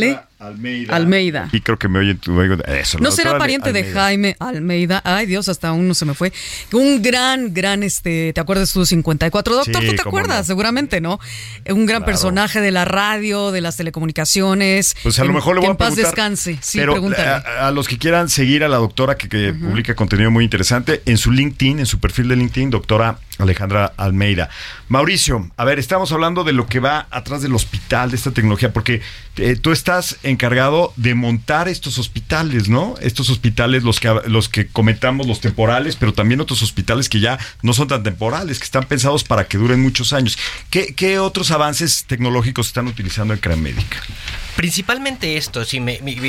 S2: Almeida.
S3: Y creo que me oyen tu oigo. Eso,
S2: ¿No será pariente de Jaime Almeida? Ay, Dios, hasta uno se me fue. Un gran, ¿te acuerdas tú? 54. Doctor, sí, ¿tú te acuerdas? No. Seguramente, ¿no? Un gran personaje de la radio, de las telecomunicaciones.
S3: Pues a lo mejor le voy a preguntar.
S2: Que en paz descanse. Sí,
S3: pero
S2: pregúntale.
S3: A los que quieran seguir a la doctora que publica contenido muy interesante, en su LinkedIn, en su perfil de LinkedIn, doctora Alejandra Almeida. Mauricio, a ver, estamos hablando de lo que va atrás del hospital, de esta tecnología, porque tú estás encargado de montar estos hospitales, ¿no? Estos hospitales, los que comentamos, los temporales, pero también otros hospitales que ya no son tan temporales, que están pensados para que duren muchos años. ¿Qué otros avances tecnológicos están utilizando en Creamédica?
S4: Principalmente esto, eso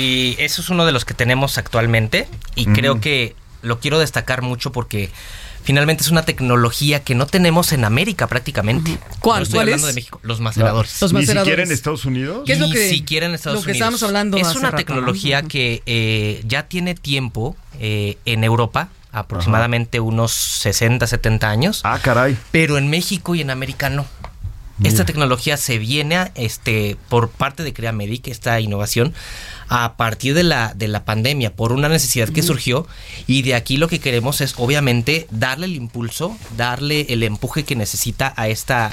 S4: es uno de los que tenemos actualmente, y creo que lo quiero destacar mucho porque finalmente es una tecnología que no tenemos en América prácticamente.
S2: ¿Cuál
S4: hablando
S2: es?
S4: De México, los maceradores.
S2: Los maceradores.
S3: ¿Ni siquiera en Estados Unidos?
S2: ¿Qué es
S4: Ni siquiera en Estados Unidos.
S2: Lo que estábamos hablando
S4: es
S2: hace
S4: una
S2: rato,
S4: tecnología que ya tiene tiempo en Europa, aproximadamente unos 60, 70 años.
S3: Ah, caray.
S4: Pero en México y en América no. Esta tecnología se viene por parte de Creamédica, esta innovación, a partir de la pandemia, por una necesidad que surgió, y de aquí lo que queremos es obviamente darle el impulso, darle el empuje que necesita a esta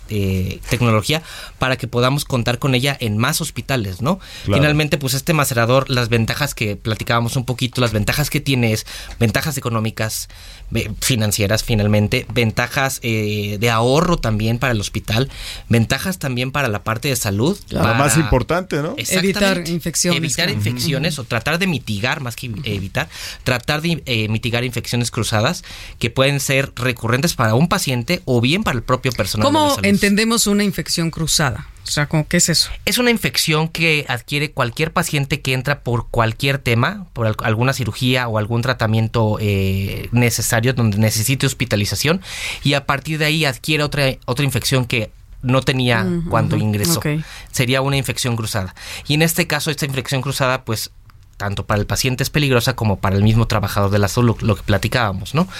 S4: tecnología para que podamos contar con ella en más hospitales, ¿no? Claro. Finalmente, pues este macerador, las ventajas que platicábamos un poquito, las ventajas que tiene es ventajas económicas, financieras finalmente, ventajas de ahorro también para el hospital, ventajas también para la parte de salud.
S3: Lo más importante, ¿no?
S2: Evitar infecciones.
S4: Evitar infecciones, o tratar de mitigar, más que evitar, tratar de mitigar infecciones cruzadas que pueden ser recurrentes para un paciente o bien para el propio personal de la salud.
S2: ¿Cómo entendemos una infección cruzada? O sea, ¿qué es eso?
S4: Es una infección que adquiere cualquier paciente que entra por cualquier tema, por alguna cirugía o algún tratamiento necesario donde necesite hospitalización, y a partir de ahí adquiere otra infección que no tenía cuando ingresó. Okay. Sería una infección cruzada. Y en este caso, esta infección cruzada, pues, tanto para el paciente es peligrosa como para el mismo trabajador de la salud, lo que platicábamos, ¿no?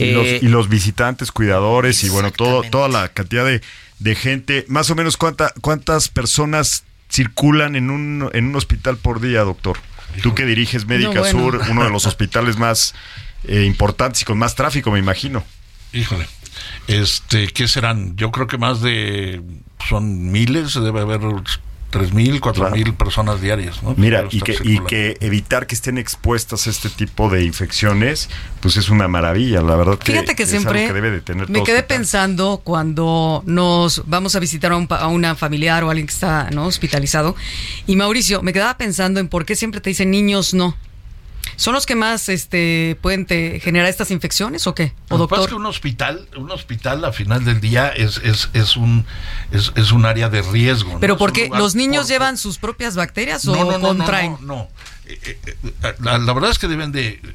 S3: Y los visitantes, cuidadores y bueno, toda la cantidad de gente. Más o menos, ¿cuántas personas circulan en un hospital por día, doctor? Híjole. Tú que diriges Médica Sur, uno de los hospitales más importantes y con más tráfico, me imagino.
S7: Híjole. ¿Qué serán? Yo creo que son miles, debe haber 3,000, 4,000 personas diarias, ¿no?
S3: Mira, y que evitar que estén expuestas a este tipo de infecciones, pues es una maravilla, la verdad.
S2: Fíjate que siempre
S3: que debe de tener
S2: me quedé pensando cuando nos vamos a visitar a una familiar o alguien que está, ¿no?, hospitalizado, y Mauricio, me quedaba pensando en por qué siempre te dicen niños no. ¿Son los que más pueden generar estas infecciones o qué? ¿O doctor?
S7: Lo que pasa es que un hospital a final del día es un área de riesgo.
S2: ¿Pero por qué? ¿Los niños llevan sus propias bacterias o contraen?
S7: No. La verdad es que debemos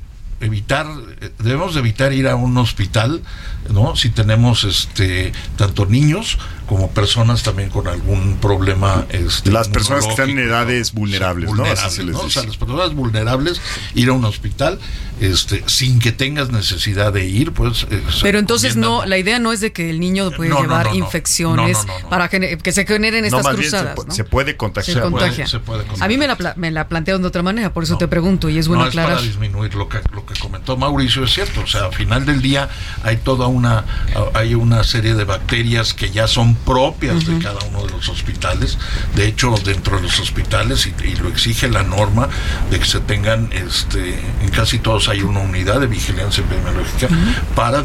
S7: de evitar ir a un hospital, ¿no? Si tenemos tanto niños como personas también con algún problema.
S3: Las personas que están en edades vulnerables, ¿no? Así se les dice.
S7: O sea, las personas vulnerables, ir a un hospital sin que tengas necesidad de ir, pues.
S2: Pero entonces la idea no es de que el niño puede llevar infecciones para que se generen estas cruzadas, ¿no?
S3: Se puede contagiar.
S2: Se contagia. A mí me la plantearon de otra manera, por eso te pregunto, y es bueno aclarar.
S7: No es para disminuir lo que comentó Mauricio, es cierto. O sea, al final del día hay una serie de bacterias que ya son propias de cada uno de los hospitales. De hecho, dentro de los hospitales, y lo exige la norma, de que se tengan, en casi todos hay una unidad de vigilancia epidemiológica para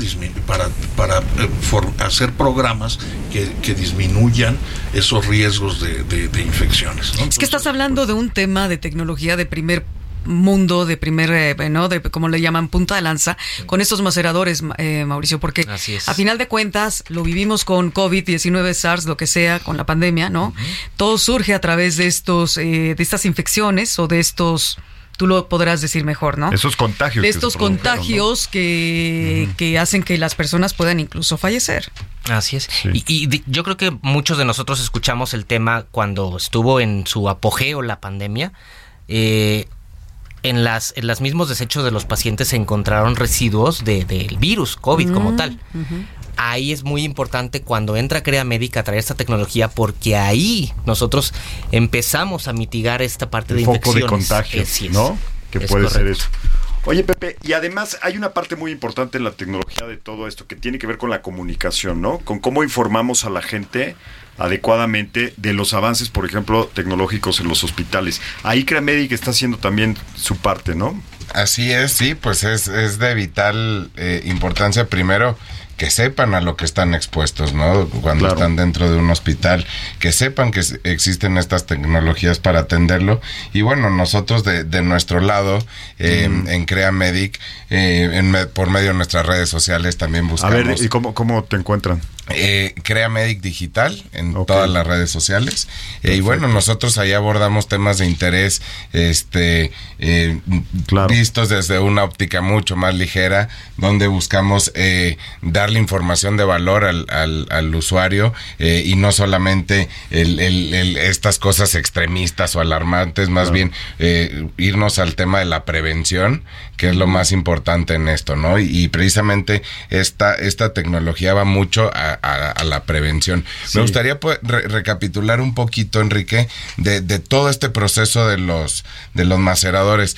S7: hacer programas que disminuyan esos riesgos de infecciones, ¿no?
S2: Es que estás hablando de un tema de tecnología de primer mundo, de primer, de como le llaman, punta de lanza, con estos maceradores, Mauricio, porque a final de cuentas lo vivimos con COVID-19, SARS, lo que sea, con la pandemia, ¿no? Todo surge a través de de estas infecciones o de estos, tú lo podrás decir mejor, ¿no?
S3: Esos contagios.
S2: De estos contagios, ¿no? que hacen que las personas puedan incluso fallecer.
S4: Así es. Sí. Y yo creo que muchos de nosotros escuchamos el tema cuando estuvo en su apogeo la pandemia. En los mismos desechos de los pacientes se encontraron residuos del virus COVID como tal. Ahí es muy importante cuando entra CreaMedic a traer esta tecnología, porque ahí nosotros empezamos a mitigar esta parte de infecciones.
S3: Foco de contagio, ¿no? Que puede ser eso. Oye, Pepe, y además hay una parte muy importante en la tecnología de todo esto que tiene que ver con la comunicación, ¿no? Con cómo informamos a la gente adecuadamente de los avances, por ejemplo, tecnológicos en los hospitales. Ahí CreaMedic está haciendo también su parte, ¿no?
S6: Así es, sí, pues es de vital importancia, primero, que sepan a lo que están expuestos, ¿no? Cuando están dentro de un hospital, que sepan que existen estas tecnologías para atenderlo. Y bueno, nosotros de nuestro lado, en CreaMedic, por medio de nuestras redes sociales también buscamos.
S3: A ver, ¿y cómo te encuentran?
S6: CreaMedic Digital en todas las redes sociales. Y bueno, nosotros ahí abordamos temas de interés vistos desde una óptica mucho más ligera, donde buscamos darle información de valor al usuario, y no solamente estas cosas extremistas o alarmantes, más bien irnos al tema de la prevención, que es lo más importante en esto, ¿no? Y precisamente esta tecnología va mucho a la prevención. Sí. Me gustaría recapitular un poquito, Enrique, de todo este proceso de los maceradores.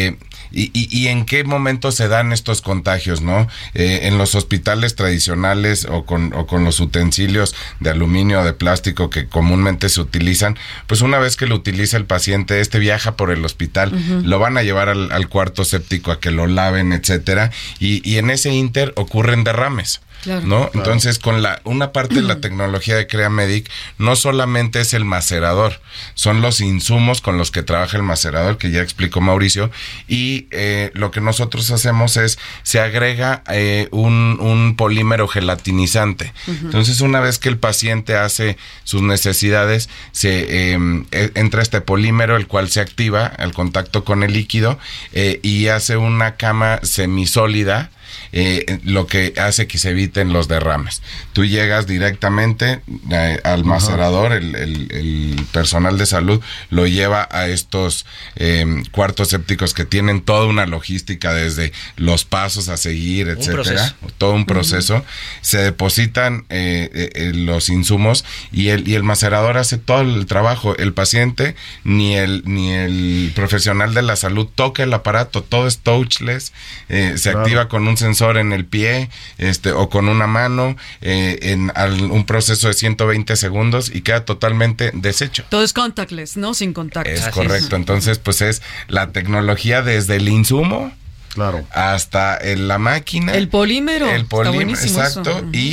S6: Y en qué momento se dan estos contagios, ¿no? En los hospitales tradicionales o con los utensilios de aluminio o de plástico que comúnmente se utilizan, pues una vez que lo utiliza el paciente, viaja por el hospital, lo van a llevar al cuarto séptico a que lo laven, etcétera, y en ese inter ocurren derrames. Claro. ¿No? Claro. Entonces, con una parte de la tecnología de CreaMedic, no solamente es el macerador, son los insumos con los que trabaja el macerador, que ya explicó Mauricio, y lo que nosotros hacemos se agrega un polímero gelatinizante. Entonces, una vez que el paciente hace sus necesidades, entra este polímero, el cual se activa al contacto con el líquido, y hace una cama semisólida, lo que hace que se eviten los derrames. Tú llegas directamente al macerador, el personal de salud lo lleva a estos cuartos sépticos que tienen toda una logística, desde los pasos a seguir, etcétera, todo un proceso. Se depositan los insumos y el macerador hace todo el trabajo. El paciente ni el profesional de la salud toca el aparato, todo es touchless, se activa con un sensor en el pie, o con una mano, en un proceso de 120 segundos y queda totalmente deshecho.
S2: Todo es contactless, ¿no? Sin contacto.
S6: Es correcto. Entonces, pues es la tecnología desde el insumo, hasta la máquina.
S2: El polímero.
S6: Está buenísimo, exacto. Y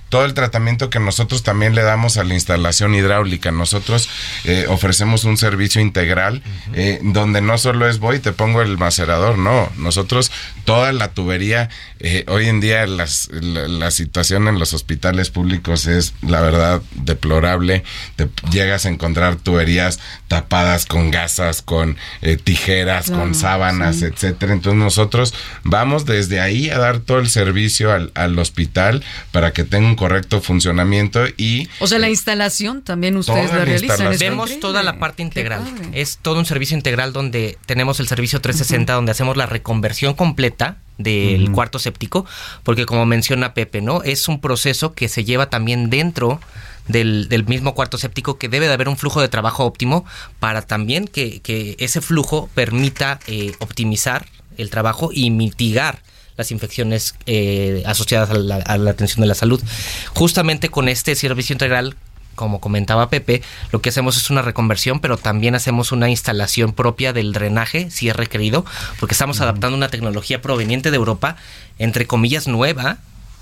S6: todo el tratamiento que nosotros también le damos a la instalación hidráulica. Nosotros ofrecemos un servicio integral donde no solo es voy y te pongo el macerador, no, nosotros toda la tubería, hoy en día la situación en los hospitales públicos es la verdad deplorable. Te llegas a encontrar tuberías tapadas con gasas, con tijeras, con sábanas, etcétera. Entonces nosotros vamos desde ahí a dar todo el servicio al hospital para que tenga un correcto funcionamiento y... O sea,
S2: la instalación también ustedes la realizan.
S4: Vemos toda la parte integral. Es todo un servicio integral donde tenemos el servicio 360, donde hacemos la reconversión completa del cuarto séptico, porque como menciona Pepe, ¿no? Es un proceso que se lleva también dentro del mismo cuarto séptico, que debe de haber un flujo de trabajo óptimo para también que ese flujo permita optimizar el trabajo y mitigar las infecciones asociadas a la atención de la salud. Justamente con este servicio integral, como comentaba Pepe, lo que hacemos es una reconversión, pero también hacemos una instalación propia del drenaje, si es requerido, porque estamos adaptando una tecnología proveniente de Europa, entre comillas nueva,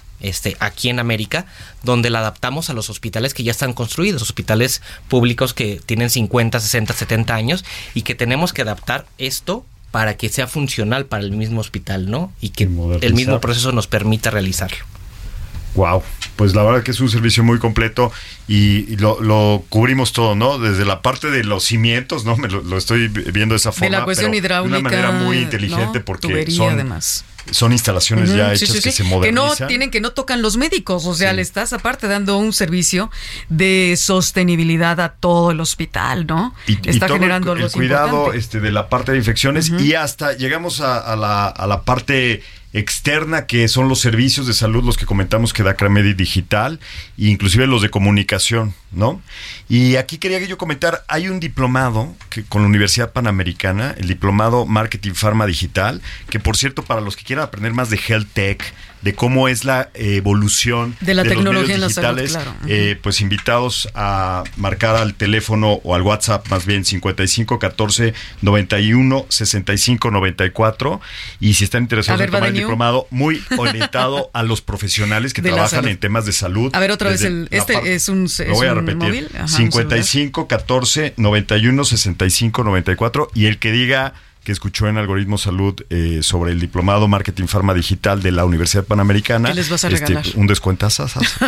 S4: aquí en América, donde la adaptamos a los hospitales que ya están construidos, hospitales públicos que tienen 50, 60, 70 años, y que tenemos que adaptar esto para que sea funcional para el mismo hospital, ¿no? Y que el mismo proceso nos permita realizarlo.
S3: Wow, pues la verdad que es un servicio muy completo y lo cubrimos todo, ¿no? Desde la parte de los cimientos, ¿no? Lo estoy viendo de esa forma,
S2: de la cuestión hidráulica,
S3: de una manera muy inteligente, ¿no? Porque
S2: tubería, además.
S3: Son instalaciones ya hechas que se modernizan.
S2: Que no tocan los médicos, o sea, le estás aparte dando un servicio de sostenibilidad a todo el hospital, ¿no?
S3: Está todo generando el cuidado de la parte de infecciones y hasta llegamos a la parte externa, que son los servicios de salud, los que comentamos que da Cramedic Digital, e inclusive los de comunicación, ¿no? Y aquí quería que yo comentar, hay un diplomado con la Universidad Panamericana, el diplomado Marketing Pharma Digital, que por cierto, para los que quieran aprender más de Health Tech, de cómo es la evolución
S2: de la tecnología
S3: en la salud, claro. Pues invitados a marcar al teléfono o al WhatsApp, más bien 55 14 91 65 94, y si están interesados en tomar el diplomado, muy orientado a los profesionales que trabajan en temas de salud.
S2: A ver, otra vez, es un
S3: lo voy a repetir,
S2: móvil. Ajá,
S3: 55 14 91 65 94, y el que diga que escuchó en Algoritmo Salud sobre el diplomado Marketing Pharma Digital de la Universidad Panamericana.
S2: ¿Qué les vas a regalar?
S3: Un descuentazo.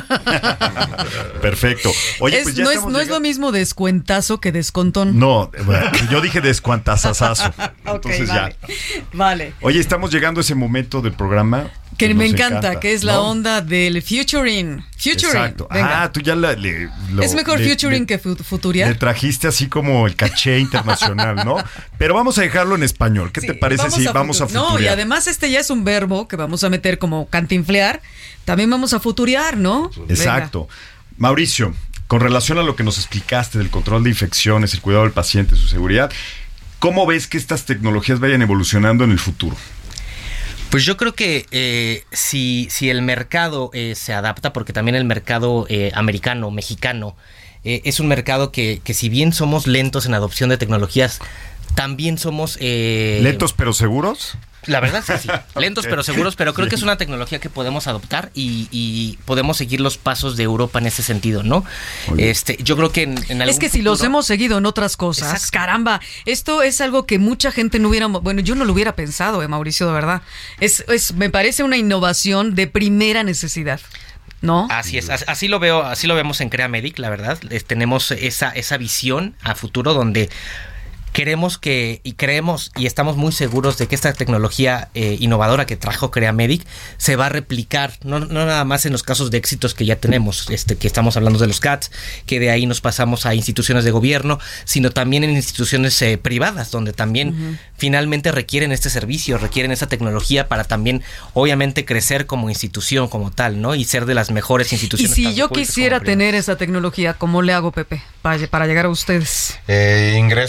S3: Perfecto. Oye, pues ya
S2: no es lo mismo descuentazo que descontón.
S3: No, bueno, yo dije descuentazazazo. Entonces
S2: vale. Vale.
S3: Oye, estamos llegando a ese momento del programa
S2: que me encanta, que es la onda del futuring.
S3: Exacto. Venga. Tú ya
S2: es mejor futuring que futuriar.
S3: Le trajiste así como el caché internacional, ¿no? Pero vamos a dejarlo en español. ¿Qué te parece si vamos a futuriar?
S2: No, y además ya es un verbo que vamos a meter como cantinflear. También vamos a futuriar, ¿no?
S3: Exacto. Venga. Mauricio, con relación a lo que nos explicaste del control de infecciones, el cuidado del paciente, su seguridad, ¿cómo ves que estas tecnologías vayan evolucionando en el futuro?
S4: Pues yo creo que si el mercado se adapta, porque también el mercado americano, mexicano, es un mercado que si bien somos lentos en adopción de tecnologías, también somos...
S3: ¿lentos pero seguros?
S4: La verdad es que sí, lentos pero seguros, pero creo que es una tecnología que podemos adoptar y podemos seguir los pasos de Europa en ese sentido, ¿no? Yo creo que en algún
S2: es que si los hemos seguido en otras cosas, exacto. Caramba, esto es algo que mucha gente no hubiera, bueno, yo no lo hubiera pensado, Mauricio, de verdad. Me parece una innovación de primera necesidad, ¿no?
S4: Así es, así lo vemos en Cramedic, la verdad. Tenemos esa visión a futuro donde creemos y estamos muy seguros de que esta tecnología innovadora que trajo Cramedic se va a replicar, no nada más en los casos de éxitos que ya tenemos, que estamos hablando de los CATs, que de ahí nos pasamos a instituciones de gobierno, sino también en instituciones privadas, donde también finalmente requieren este servicio, requieren esa tecnología para también, obviamente, crecer como institución, como tal, ¿no? Y ser de las mejores instituciones.
S2: Y si yo quisiera tener esa tecnología, ¿cómo le hago, Pepe, para llegar a ustedes?
S6: Ingresa a nuestra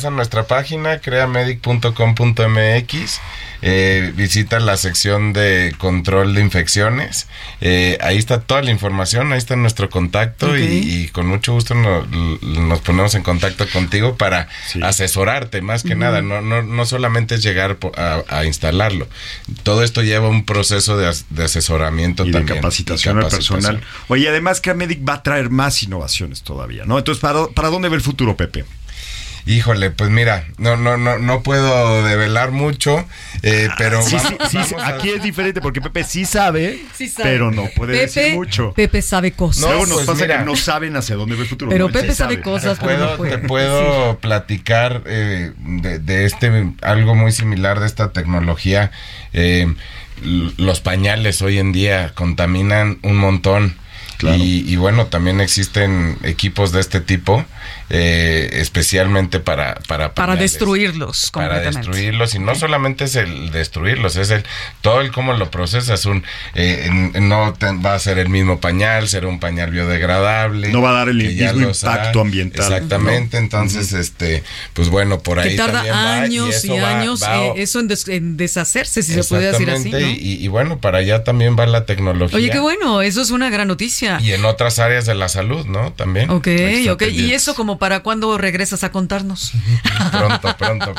S6: página creamedic.com.mx. Visita la sección de control de infecciones. Ahí está toda la información, ahí está nuestro contacto. Y con mucho gusto nos ponemos en contacto contigo para asesorarte, más que nada. No solamente es llegar a instalarlo. Todo esto lleva un proceso de asesoramiento
S3: y
S6: también.
S3: De capacitación al personal. Oye, además Creamedic va a traer más innovaciones todavía, ¿no? Entonces, ¿para dónde ve el futuro, Pepe?
S6: Híjole, pues mira, no puedo develar mucho, pero
S3: aquí es diferente porque Pepe sí sabe, pero no puede decir mucho.
S2: Pepe sabe cosas.
S3: Luego nos pasa que no saben hacia dónde va el futuro.
S2: Pero Pepe sabe cosas.
S6: Te puedo platicar de algo muy similar de esta tecnología. Los pañales hoy en día contaminan un montón. Claro. Y bueno, también existen equipos de este tipo, especialmente para
S2: destruirlos completamente.
S6: Para destruirlos, y no solamente es el destruirlos, es todo el cómo lo procesas. No va a ser el mismo pañal, será un pañal biodegradable.
S3: No va a dar el mismo impacto ambiental.
S6: Exactamente, ¿no? Entonces, pues bueno, por ahí
S2: tarda
S6: también
S2: años y años eso en deshacerse, si se puede decir así, ¿no?
S6: Y bueno, para allá también va la tecnología.
S2: Oye, qué bueno, eso es una gran noticia.
S6: Y en otras áreas de la salud, ¿no? También.
S2: Ok. ¿Y eso como para cuándo regresas a contarnos?
S6: Pronto.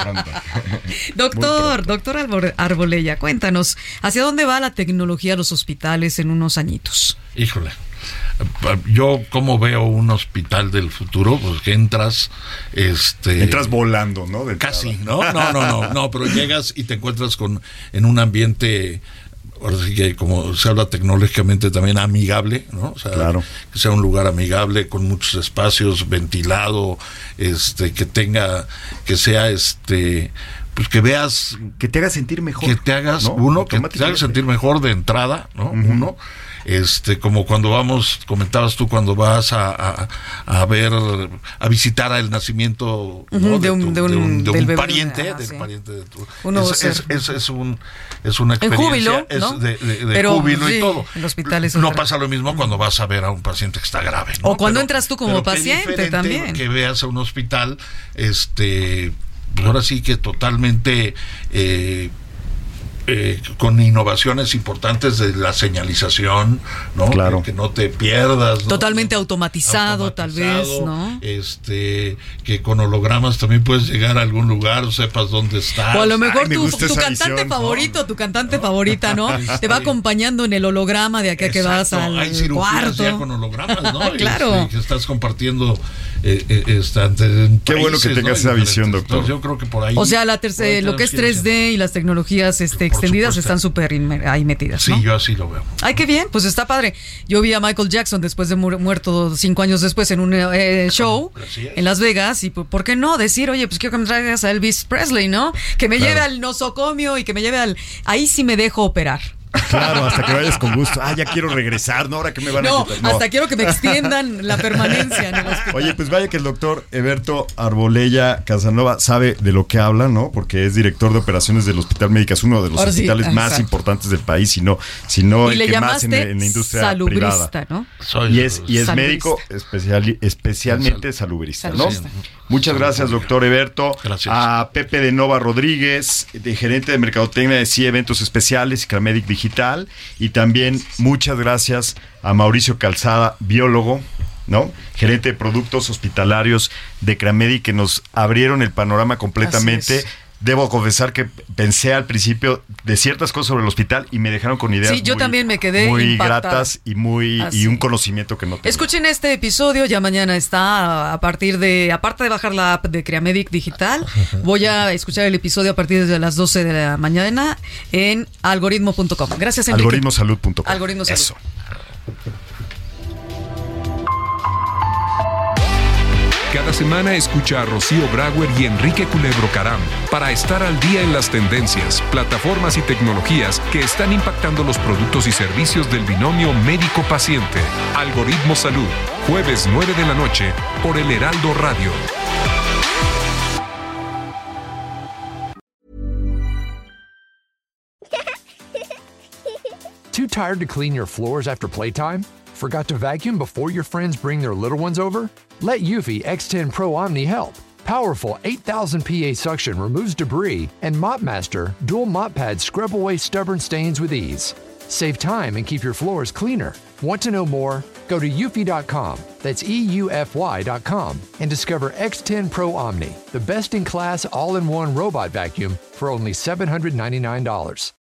S2: Doctor Arbolella, cuéntanos, ¿hacia dónde va la tecnología a los hospitales en unos añitos?
S7: Híjole, yo como veo un hospital del futuro, pues que entras
S3: volando, ¿no?
S7: Casi, ¿no? No, pero llegas y te encuentras en un ambiente, ahora sí que como se habla tecnológicamente también amigable, ¿no? O sea, claro, que sea un lugar amigable con muchos espacios, ventilado, que sea pues que veas,
S3: que te haga sentir mejor,
S7: que te hagas que te haga sentir mejor de entrada, ¿no? Uno, como cuando comentabas tú, cuando vas a visitar el nacimiento, ¿no? de un pariente, del pariente de tu. Es una experiencia,
S2: júbilo, ¿no?
S7: de júbilo y todo.
S2: En hospitales
S7: no pasa lo mismo cuando vas a ver a un paciente que está grave, ¿no?
S2: O cuando entras tú como paciente también.
S7: Que veas a un hospital, pues ahora sí que totalmente con innovaciones importantes de la señalización, ¿no?
S3: Claro.
S7: Que no te pierdas, ¿no?
S2: Totalmente automatizado, tal vez, ¿no?
S7: Que con hologramas también puedes llegar a algún lugar, sepas dónde estás.
S2: O a lo mejor tu cantante favorito, tu cantante favorita, ¿no? Te va acompañando en el holograma de aquí a que vas al cuarto.
S7: Ya con hologramas, ¿no?
S2: Claro.
S7: Que estás compartiendo
S3: Qué bueno que tengas esa visión, doctor.
S7: Entonces, yo creo que por ahí.
S2: O sea, lo que es 3D y las tecnologías extendidas están súper ahí metidas, ¿no?
S7: Sí, yo así lo veo.
S2: Ay, qué bien, pues está padre. Yo vi a Michael Jackson después de muerto 5 años después en un show en Las Vegas, y ¿por qué no decir, oye, pues quiero que me traigas a Elvis Presley, ¿no? Que me lleve al nosocomio y que me lleve ahí sí me dejo operar.
S3: Claro, hasta que vayas con gusto. Ya quiero regresar, ¿no? Ahora que me van a quitar.
S2: No, hasta quiero que me extiendan la permanencia en el hospital.
S3: Oye, pues vaya que el doctor Heberto Arbolella Casanova sabe de lo que habla, ¿no? Porque es director de operaciones del Hospital Médicas, uno de los hospitales más importantes del país, si no el que más en la industria
S2: salubrista,
S3: privada,
S2: ¿no?
S3: Y es médico especialmente salubrista, ¿no? Muchas gracias, doctor Heberto.
S7: Gracias.
S3: A Pepe de Nova Rodríguez, gerente de Mercadotecnia de CIA Eventos Especiales y Creamedic Digital. Y también muchas gracias a Mauricio Calzada, biólogo, ¿no? Gerente de productos hospitalarios de Creamedic, que nos abrieron el panorama completamente. Debo confesar que pensé al principio de ciertas cosas sobre el hospital y me dejaron con ideas
S2: yo también me quedé
S3: muy
S2: impactada.
S3: gratas y un conocimiento que no tenía.
S2: Escuchen este episodio, ya mañana está aparte de bajar la app de Creamedic Digital, voy a escuchar el episodio a partir de las 12 de la mañana en algoritmo.com. Gracias, Enrique.
S3: Algoritmosalud.com.
S2: Algoritmo Salud.
S3: Eso.
S5: Cada semana escucha a Rocío Brauer y Enrique Culebro Caram para estar al día en las tendencias, plataformas y tecnologías que están impactando los productos y servicios del binomio médico-paciente. Algoritmo Salud, jueves 9 de la noche por El Heraldo Radio.
S1: Too tired to clean your floors after playtime? Forgot to vacuum before your friends bring their little ones over? Let Eufy X10 Pro Omni help. Powerful 8,000 PA suction removes debris, and MopMaster dual mop pads scrub away stubborn stains with ease. Save time and keep your floors cleaner. Want to know more? Go to eufy.com, that's EUFY.com, and discover X10 Pro Omni, the best-in-class all-in-one robot vacuum for only $799.